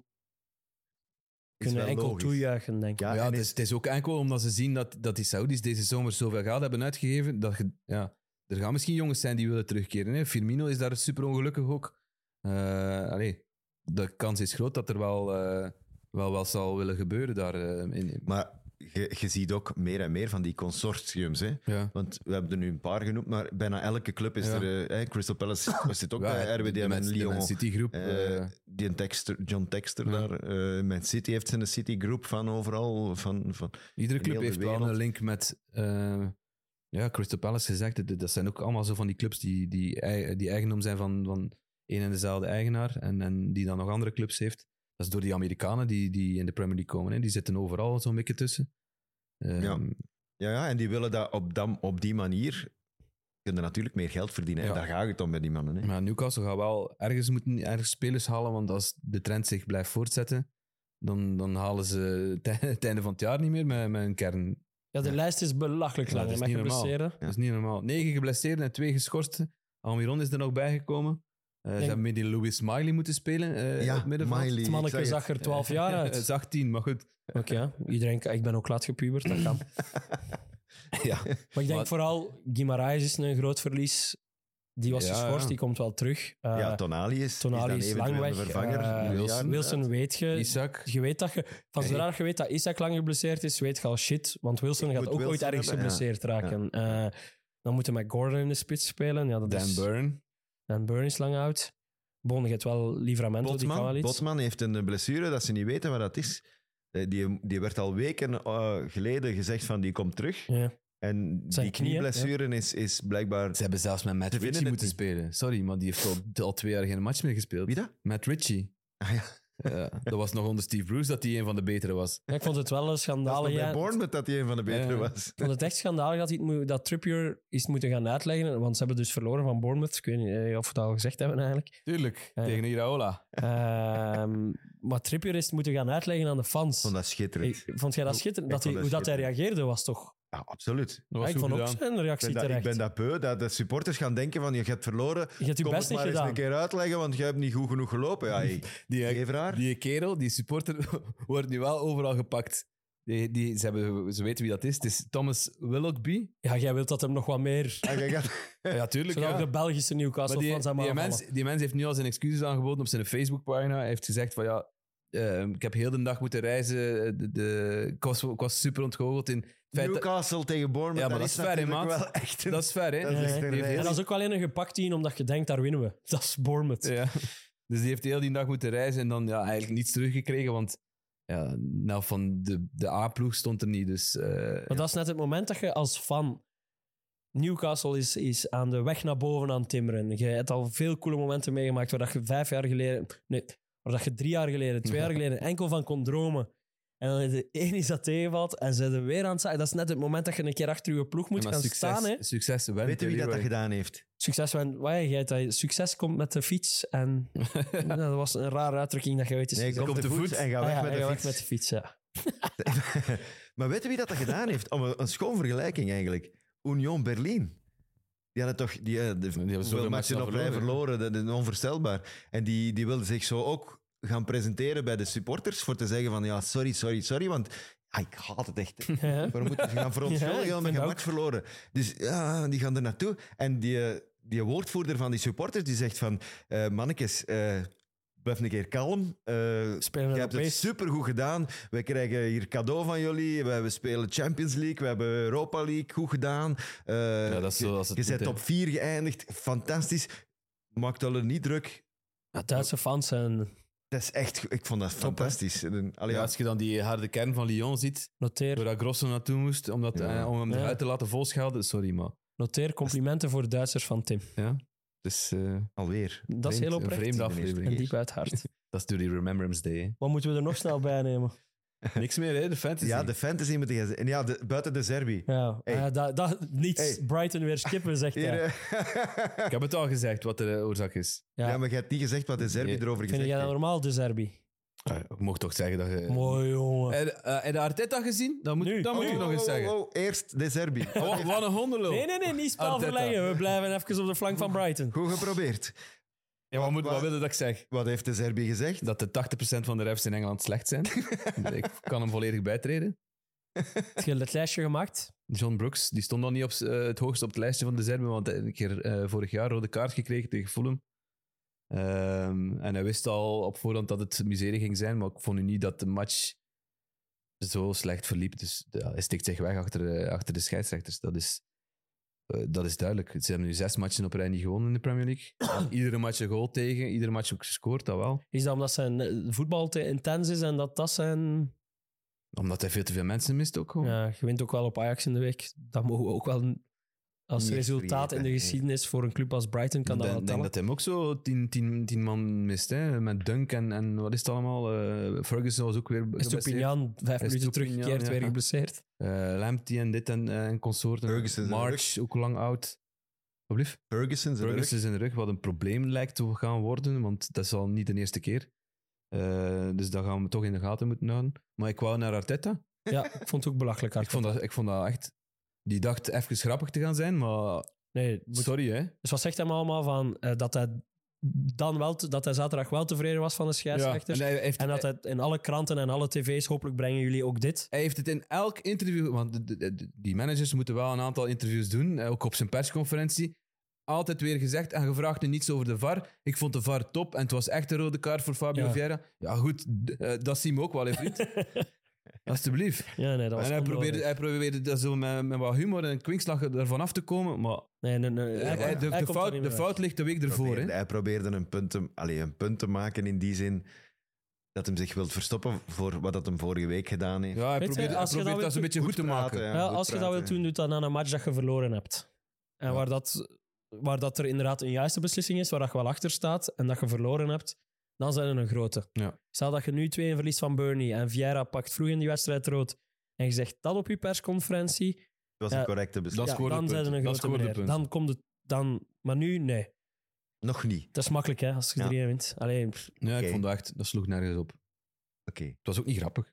is kunnen wel enkel logisch. toejuichen, denk ik. Ja, Maar ja, en het, is- is, het is ook enkel omdat ze zien dat, dat die Saudis deze zomer zoveel geld hebben uitgegeven. Dat je, ja, er gaan misschien jongens zijn die willen terugkeren. Hè? Firmino is daar super ongelukkig ook. Uh, allee, de kans is groot dat er wel, uh, wel wat zal willen gebeuren daar. Uh, in, Maar je, je ziet ook meer en meer van die consortiums. Hè? ja. Want we hebben er nu een paar genoemd, maar bijna elke club is Ja. er. Uh, Crystal Palace was zit ook Ja, bij R W D de en Man- de Lyon. Man City groep. Eh, uh, die een Texter, John Texter Ja. daar. Uh, Man City heeft zijn City groep van overal. Van, van, iedere in club heel de heeft wel wereld. een link met uh, ja, Crystal Palace gezegd. Dat, dat zijn ook allemaal zo van die clubs die, die, die eigendom zijn van, van één en dezelfde eigenaar. En, en die dan nog andere clubs heeft. Dat is door die Amerikanen die, die in de Premier League komen. Hè. Die zitten overal zo'n beetje tussen. Um, Ja. Ja, ja, en die willen dat op, dam, op die manier. Kunnen natuurlijk meer geld verdienen. Ja. En daar gaat het om bij die mannen. Hè. Maar Newcastle gaat wel ergens moeten ergens spelers halen, want als de trend zich blijft voortzetten, dan, dan halen ze het e- het einde van het jaar niet meer met, met een kern. Ja, de Ja. lijst is belachelijk Ja, lang dat hè, is met niet normaal. geblesseerden. Dat is niet normaal. Negen geblesseerden en twee geschorsten. Almiron is er nog bijgekomen. Uh, ze Denk- hebben met die Louis Smiley moeten spelen. Uh, Ja, op het middenveld. Miley. Het ik manneke zag zag er twaalf jaar Hij uit. is achttien, maar goed. Oké, ja. Iedereen, kan- ik ben ook laat gepubert, dat kan. Ja. Maar ik denk Maar- vooral, Guimaraes is een groot verlies. Die was Ja, geschorst, ja. die komt wel terug. Uh, Ja, Tonali is, Tonali is is dan lang eventueel weg. de vervanger. Uh, Een Wilson. jaar Wilson weet je... Isaac. Je weet dat je... Van Ja, zodra je weet dat Isaac lang geblesseerd is, weet je al shit. Want Wilson Ik gaat moet ook ooit Wilson ergens hebben, ja. geblesseerd raken. Uh, dan moeten we met Gordon in de spits spelen. Ja, dat Dan is, Burn. Dan Burn is lang oud. Bon, je hebt wel Livramento, die kan wel Botman, iets. Botman heeft een blessure dat ze niet weten wat dat is. Eh, Die, die werd al weken uh, geleden gezegd van die komt terug. Ja. En Zijn die knieën, knieblessure is, is blijkbaar... Ze hebben zelfs met Matt Ze vinden Ritchie het moeten niet. spelen. Sorry, maar die heeft al, al twee jaar geen match meer gespeeld. Wie dat? Matt Ritchie. Ah, ja. Ja, dat was nog onder Steve Bruce dat hij een van de betere was. Ja, ik vond het wel een Dat is schandalig. nog bij ja. Bournemouth dat hij een van de betere Ja. was. Ik vond het echt schandalig dat, hij het moet- dat Trippier is moeten gaan uitleggen. Want ze hebben dus verloren van Bournemouth. Ik weet niet eh, of we dat al gezegd hebben eigenlijk. Tuurlijk, Ja, ja. tegen Iraola. Ehm, maar Trippier is het moeten gaan uitleggen aan de fans. Ik vond dat schitterend. Ik- vond jij dat schitterend? Ik Dat hij, vond hoe dat dat hij reageerde was toch... Ja, absoluut. Dat was Ja, ik goed vond ook gedaan. zijn Ik reactie ben, dat, ik terecht. ben dat beu, dat de supporters gaan denken van je hebt verloren. Je hebt je Kom best het niet maar eens gedaan. een keer uitleggen, want je hebt niet goed genoeg gelopen. Ja, hey, Die, even raar. die kerel, die supporter, wordt nu wel overal gepakt. Die, die, ze, hebben, ze weten wie dat is. Het is Thomas Willoughby. Ja, jij wilt dat hem nog wat meer... En je gaat- Ja, tuurlijk. Zodat ook Ja. de Belgische Maar Newcastle-fans die, hem die, aanvallen. mens, die mens heeft nu al zijn excuses aangeboden op zijn Facebookpagina. Hij heeft gezegd van ja, eh, ik heb heel de dag moeten reizen. De, de, ik, was, ik was super ontgoocheld in het feit dat... Newcastle tegen Bournemouth. Ja, maar dat is ver, hè, natuurlijk maat. wel echt een- Dat is ver, hè? Dat is echt Ja, een Die heeft reis. En dat is ook wel een gepakt team, omdat je denkt, daar winnen we. Dat is Bournemouth. Ja. Dus die heeft heel die dag moeten reizen en dan ja, eigenlijk niets teruggekregen, want ja, nou, van de, de A-ploeg stond er niet. Dus, eh, Maar dat is net het moment dat je als fan... Newcastle is, is aan de weg naar boven aan het timmeren. Je hebt al veel coole momenten meegemaakt waar dat je vijf jaar geleden... Nee, waar dat je drie jaar geleden, twee jaar geleden enkel van kon dromen. En dan is de één is dat tegenvalt en ze zijn er weer aan het zagen. Dat is net het moment dat je een keer achter je ploeg moet maar gaan succes, staan. Hè. Succes went, Weet je wie dat, dat Leroy. gedaan heeft? Succes, want, wat, jij, dat, succes komt met de fiets. En ja, dat was een rare uitdrukking dat je ooit eens Nee, gezegd kom komt te te voet voet. en ga Ah weg ja, met hij de gaat fiets. weg met de fiets, ja. Maar weet je wie dat, dat gedaan heeft? Om een, een schoon vergelijking eigenlijk. Union Berlin. Die hadden toch die, eh, de, zoveel hoeveel matchen matchen op rij verloren. verloren. Dat is onvoorstelbaar. En die, die wilden zich zo ook gaan presenteren bij de supporters voor te zeggen van ja, sorry, sorry, sorry, want ah, ik haat het echt. Ja. Waarom moeten ze gaan Ja, verontschuldigen ik omdat vind je een ook. match verloren? Dus ja, die gaan er naartoe. En die, die woordvoerder van die supporters die zegt van eh mannetjes, eh, blijf een keer kalm. Eh, Spelen je we hebt het Europees. supergoed gedaan. We krijgen hier cadeau van jullie. We, we spelen Champions League. We hebben Europa League goed gedaan. Eh, Ja, dat is zoals het je moet, bent hè. top vier geëindigd. Fantastisch. Maakt al er niet druk. Ja, Duitse fans zijn... Dat is echt... Ik vond dat fantastisch. En, allee, Ja, ja, als je dan die harde kern van Lyon ziet, Noteer, waar dat Grosso naartoe moest, omdat, Ja. eh, om hem Ja. eruit te laten volschelden, sorry, maar... noteer complimenten voor Duitsers van Tim. Ja, dus, eh, alweer. Dat is vreemd, heel een oprecht vreemde Ik ben eerst aflevering. en diep uit het hart. Dat is door die Remembrance Day. Hè. Wat moeten we er nog snel bij nemen? Niks meer, hè, de fantasy. Ja, de fantasy moet je... En ja, de, buiten de Zerbi. Ja, Hey. eh, dat, dat, niets. Hey. Brighton weer skippen, zegt Hier, hij. eh. Ik heb het al gezegd, wat de oorzaak is. Ja. Ja, maar je hebt niet gezegd wat de Zerbi Nee. erover Vind gezegd jij dat heeft. normaal, de Zerbi? Uh, ik mocht toch zeggen dat je... Mooi, jongen. Heb uh, heb je Arteta gezien? Dat moet, Nu. dat moet Oh, ik nog eens oh, zeggen. oh, oh, eerst de Zerbi. Oh, wat een hondenlul. Nee, nee, nee, niet spel Arteta. verleggen. We blijven even op de flank van Brighton. Goed geprobeerd. Ja, wat, moet, Wat- wat wil je dat ik zeg? Wat heeft de Zerbi gezegd? Dat de tachtig procent van de refs in Engeland slecht zijn. Ik kan hem volledig bijtreden. Heb je het lijstje gemaakt? John Brooks, die stond nog niet op, s- eh, het hoogst op het lijstje van de Serben, want hij had een keer eh, vorig jaar rode kaart gekregen tegen Fulham. Ehm, en hij wist al op voorhand dat het miserie ging zijn, maar ik vond nu niet dat de match zo slecht verliep. Dus ja, hij stikt zich weg achter, de- achter de scheidsrechters. Dat is, eh, dat is duidelijk. Ze hebben nu zes matchen op rij niet gewonnen in de Premier League. Iedere match een goal tegen, iedere match ook gescoord, dat wel. Is dat omdat zijn eh, voetbal te intens is en dat dat zijn... Omdat hij veel te veel mensen mist ook gewoon. Ja, je wint ook wel op Ajax in de week. Dat mogen we ook wel als Niet resultaat in vergeten, de nee. geschiedenis voor een club als Brighton kan Ik dat denk, wel denk tellen. dat hij hem ook zo tien, tien, tien man mist. Hè? Met Dunk en, en wat is het allemaal? Eh, Ferguson was ook weer geblesseerd. Estupinian, vijf minuten Estupiñán, teruggekeerd, ja. weer geblesseerd. Uh, Lamptey en dit en, eh, en consorten. Ferguson is in de March, ook lang oud. Wat blieft? Ferguson zijn Ferguson is in de rug, wat een probleem lijkt te gaan worden, want dat is al niet de eerste keer. Uh, dus dat gaan we toch in de gaten moeten houden. Maar ik wou naar Arteta. Ja, ik vond het ook belachelijk. Ik vond, dat, ik vond dat echt... Die dacht even grappig te gaan zijn, maar... Nee, moet- Sorry, hè. dus wat zegt hij allemaal van eh, dat hij dan wel te- dat hij zaterdag wel tevreden was van de scheidsrechters? en hij heeft, En dat hij in alle kranten en alle tv's, hopelijk brengen jullie ook dit. Hij heeft het in elk interview... Want de- de- de- die managers moeten wel een aantal interviews doen, eh, ook op zijn persconferentie. Altijd weer gezegd en gevraagd nu niets over de V A R. Ik vond de V A R top en het was echt een rode kaart voor Fabio Ja. Vieira. Ja, goed, d- eh, dat zien we ook wel, hè, vriend. Alsjeblieft. Ja, nee, dat was En hij onnodig. probeerde, hij probeerde dat zo met, met wat humor en kwinkslag ervan af te komen, maar Nee, nee, nee. eh, Hij- hij- de, hij de komt daar fout, niet de meer fout ligt de week ervoor. Probeerde- Hè. Hij probeerde een punt, te, allee, een punt te maken in die zin dat hem zich wil verstoppen voor wat dat hem vorige week gedaan heeft. Ja, hij Weet je, probeert, hij als je probeert dat dat zo'n wilt beetje goed, te praten, maken. ja. Ja, goed als je dat praten, wilt doen, doe dat aan een match dat je verloren hebt. En Ja. waar, dat, waar dat er inderdaad een juiste beslissing is, waar dat je wel achter staat en dat je verloren hebt, dan zijn er een grote. Ja. Stel dat je nu twee een verliest van Burnley en Vieira pakt vroeg in die wedstrijd rood en je zegt dat op je persconferentie, Het was Ja, een correcte Dat beslissing. ja, scoorde dan zijn er punten. een Dat grote scoorde meneer. punten. Dan komt het... Dan, maar nu, nee. Nog niet. Dat is makkelijk, hè, als je Ja. er één wint. Alleen, pff, Ja, Oké. ik vond dat echt, dat sloeg nergens op. Oké. Het was ook niet grappig.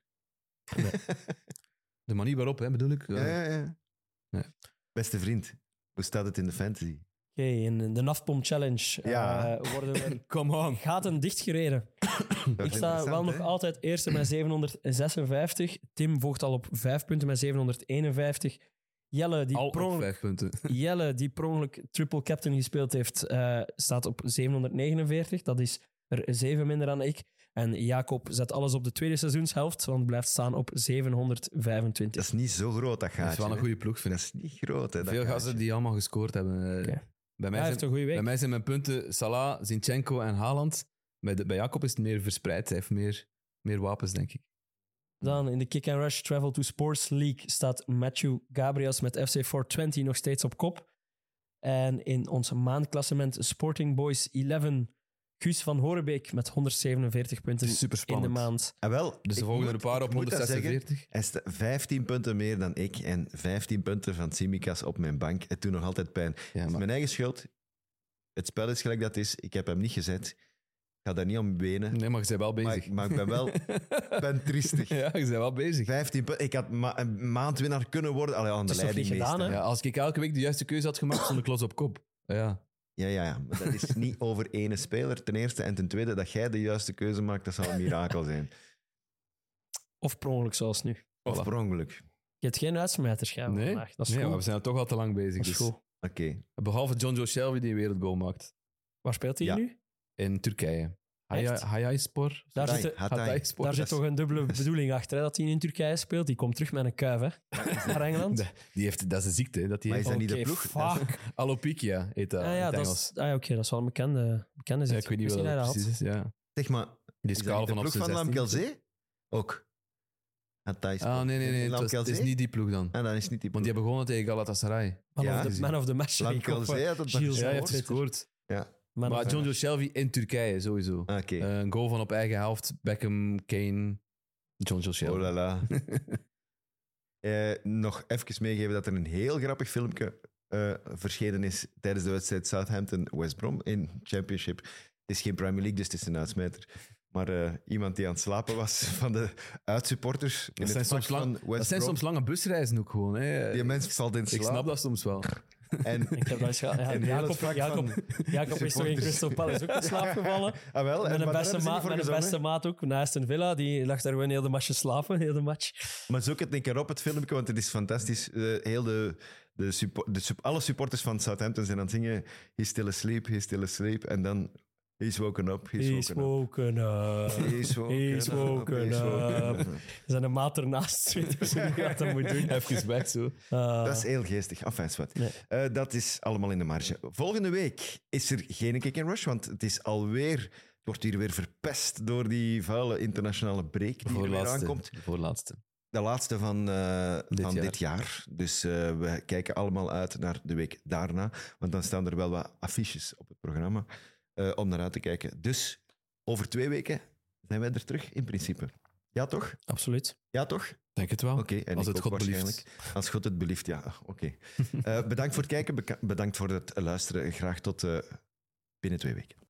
De manier waarop, hè, bedoel ik. Ja, ja, ja. Nee. Beste vriend, hoe staat het in de fantasy? oké, in de Nafpom Challenge Ja. eh, worden er Come on. gaten dichtgereden. Dat Ik is sta wel interessant, nog hè? altijd eerste met zevenhonderdzesenvijftig. Tim volgt al op vijf punten met zevenhonderdeenenvijftig. Jelle, die Al per op ongeluk- vijf punten. Jelle, die per ongeluk triple captain gespeeld heeft, eh, staat op zevenhonderdnegenenveertig. Dat is er zeven minder dan ik. En Jacob zet alles op de tweede seizoenshelft, want blijft staan op zevenhonderdvijfentwintig. Dat is niet zo groot, dat gaatje. Dat is wel een hè. goede ploeg, vind Dat ik. is niet groot, hè, dat Veel gaatje. gasten die allemaal gescoord hebben. Eh, Oké. Bij, mij Hij heeft zijn, een goede week. bij mij zijn mijn punten Salah, Zinchenko en Haaland. Bij, de, bij Jacob is het meer verspreid. Hij heeft meer, meer wapens, denk ik. Dan in de Kick and Rush Travel to Sports League staat Matthew Gabriels met F C vierhonderdtwintig nog steeds op kop. En in ons maandklassement Sporting Boys elf, Guus van Horenbeek met honderdzevenenveertig punten Het is super in de spannend. maand. Ah, wel, Dus de ik volgende moet- paar ik op moet dat zeggen. honderdzesenveertig. Hij staat vijftien punten meer dan ik en vijftien punten van Tsimikas op mijn bank. Het doet nog altijd pijn. Ja, Het is maar mijn eigen schuld. Het spel is gelijk dat het is. Ik heb hem niet gezet. Ik ga daar niet om benen. nee, maar je bent wel Maar, bezig. maar ik ben wel ik ben triestig. Ja, je bent wel bezig. vijftien punten. Ik had ma een maandwinnaar kunnen worden. Allee, aan de is nog leiding niet gedaan, meestal. hè? Ja, als ik elke week de juiste keuze had gemaakt, stond ik los op kop. Ja. Ja, ja, ja. Maar dat is niet over ene speler, ten eerste. En ten tweede, dat jij de juiste keuze maakt, dat zou een mirakel zijn. Of per ongeluk zoals nu. Of Voilà. per ongeluk. Je hebt geen uitsmijters gaan Nee, vandaag. Dat is nee goed. maar we zijn er toch al te lang bezig. Dat is Dus. goed. Oké. Behalve John Joe Shelby die een wereldgoal maakt. Waar speelt hij Ja. nu? In Turkije. Echt? Hayayspor. Daar Hatay, zit, Hatay. Hatayspor. daar zit toch een dubbele bedoeling achter, hè, dat hij in Turkije speelt. Die komt terug met een kuif, hè? Naar Engeland. De- Die heeft, dat is een ziekte, hè, dat hij Maar is heeft. dat niet de Oké, ploeg? fuck. Alopecia heet dat Ah, in ja, het dat Engels. is, ah, ja, oké, dat is wel een bekende, bekende Ja, ziekte. ik weet niet Wist wat hij dat dat precies is. Ja. Zeg maar, Die is dat schaal niet de van op ploeg zijn van zestien. Lamkelzee? Ook. Hatay Ah, nee, nee, nee. Het, was- het Lamkelzee? is niet die ploeg dan. Ah, dan is het niet die Want ploeg. die hebben gewonnen tegen Galatasaray. Man, Ja, of the, gezien. man of the match. Lamkelzee had het Gilles toch Ja, hij heeft Twitter. gescoord. Ja, Man of Maar the John match. Joe Shelby in Turkije, sowieso. oké. Eh, een goal van op eigen helft. Beckham, Kane. John Joshua. Oh la la. uh, nog even meegeven dat er een heel grappig filmpje uh, verschenen is tijdens de wedstrijd Southampton-West Brom in Championship. Het is geen Premier League, dus het is een uitsmijter. Maar uh, iemand die aan het slapen was van de uitsupporters. Dat zijn, soms, lang, dat zijn soms lange busreizen ook gewoon. Hè. Die mens valt in slaap. Ik snap dat soms wel. En, ik heb dat eens gehad. Ja, en Jacob, Jacob, Jacob is toch in Crystal Palace ook in slaap gevallen. Ah, wel, met en, een beste, maat, met een beste maat ook, naast een villa. Die lag daar gewoon heel de match te slapen, heel de match. Maar zoek het een keer op, het filmpje, want het is fantastisch. Uh, heel de, de, suppo- de alle supporters van Southampton zijn aan het zingen he's still asleep, he's still asleep. En dan he's woken up, he's, he's woken, woken up. up. He's woken, he's woken up. He's woken up. Er zijn een maat ernaast, weet je hoe je dat moet doen. Even weg zo. Uh, Dat is heel geestig. Enfin, zwart. Nee. Uh, dat is allemaal in de marge. Volgende week is er geen kick and rush, want het is alweer... Het wordt hier weer verpest door die vuile internationale break die er weer aankomt. De voorlaatste. De laatste van, uh, dit, van jaar. dit jaar. Dus uh, we kijken allemaal uit naar de week daarna. Want dan staan er wel wat affiches op het programma uh, om naar uit te kijken. Dus over twee weken zijn wij er terug, in principe. Ja, toch? Absoluut. Ja, toch? Denk het wel. Oké, en Als ik het ook God belieft. waarschijnlijk. Als God het belieft, ja. Oké. Okay. Uh, bedankt voor het kijken, beka- bedankt voor het luisteren. Graag tot uh, binnen twee weken.